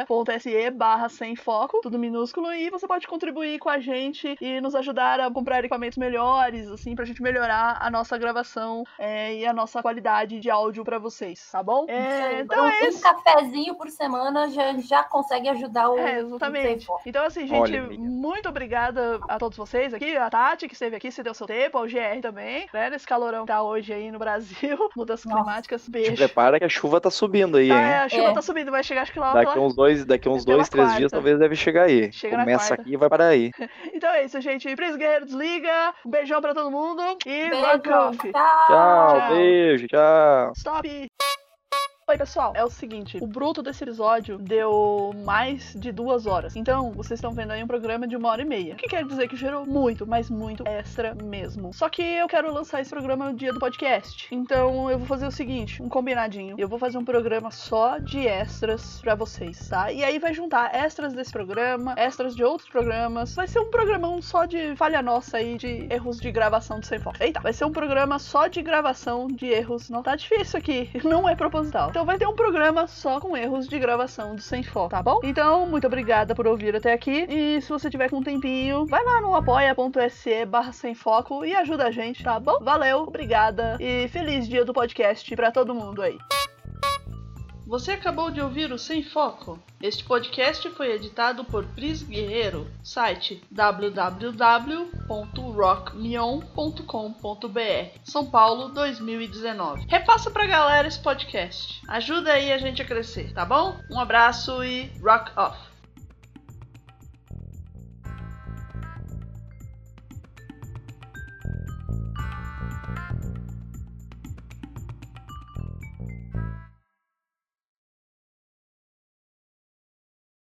apoia.se/Sem Foco, tudo minúsculo, e você pode contribuir com a gente e nos ajudar a comprar equipamentos melhores, assim, pra gente melhorar a nossa gravação e a nossa qualidade de áudio pra vocês, tá bom? Então é isso. Um cafezinho por semana já consegue ajudar o exatamente. Então, assim, gente, muito obrigada a todos vocês aqui, a Tati, que esteve aqui, se deu seu tempo, ao GR também, né, nesse calorão que tá hoje aí no Brasil, mudanças climáticas, beijo. Te prepara que a chuva tá subindo aí, hein? A chuva tá subindo, vai chegar, acho que lá... Daqui uns dois, 3 dias, talvez deve chegar aí. Começa aqui e vai parar aí. Então é isso, gente. Príncipe Guerreiro, desliga. Um beijão pra todo mundo. E rock off. Tchau, beijo, tchau. Stop. Oi, pessoal, é o seguinte, o bruto desse episódio deu mais de 2 horas, então vocês estão vendo aí um programa de 1h30, o que quer dizer que gerou muito, mas muito extra mesmo. Só que eu quero lançar esse programa no dia do podcast, então eu vou fazer o seguinte, um combinadinho, eu vou fazer um programa só de extras pra vocês, tá? E aí vai juntar extras desse programa, extras de outros programas, vai ser um programão só de falha nossa aí, de erros de gravação do Sem Foco. Eita, vai ser um programa só de gravação de erros, não tá difícil aqui, não é proposital. Então vai ter um programa só com erros de gravação do Sem Foco, tá bom? Então, muito obrigada por ouvir até aqui. E se você tiver com um tempinho, vai lá no apoia.se/Sem Foco e ajuda a gente, tá bom? Valeu, obrigada e feliz dia do podcast pra todo mundo aí. Você acabou de ouvir o Sem Foco. Este podcast foi editado por Pris Guerreiro, site www.rockmion.com.br, São Paulo, 2019. Repassa pra galera esse podcast. Ajuda aí a gente a crescer, tá bom? Um abraço e rock off!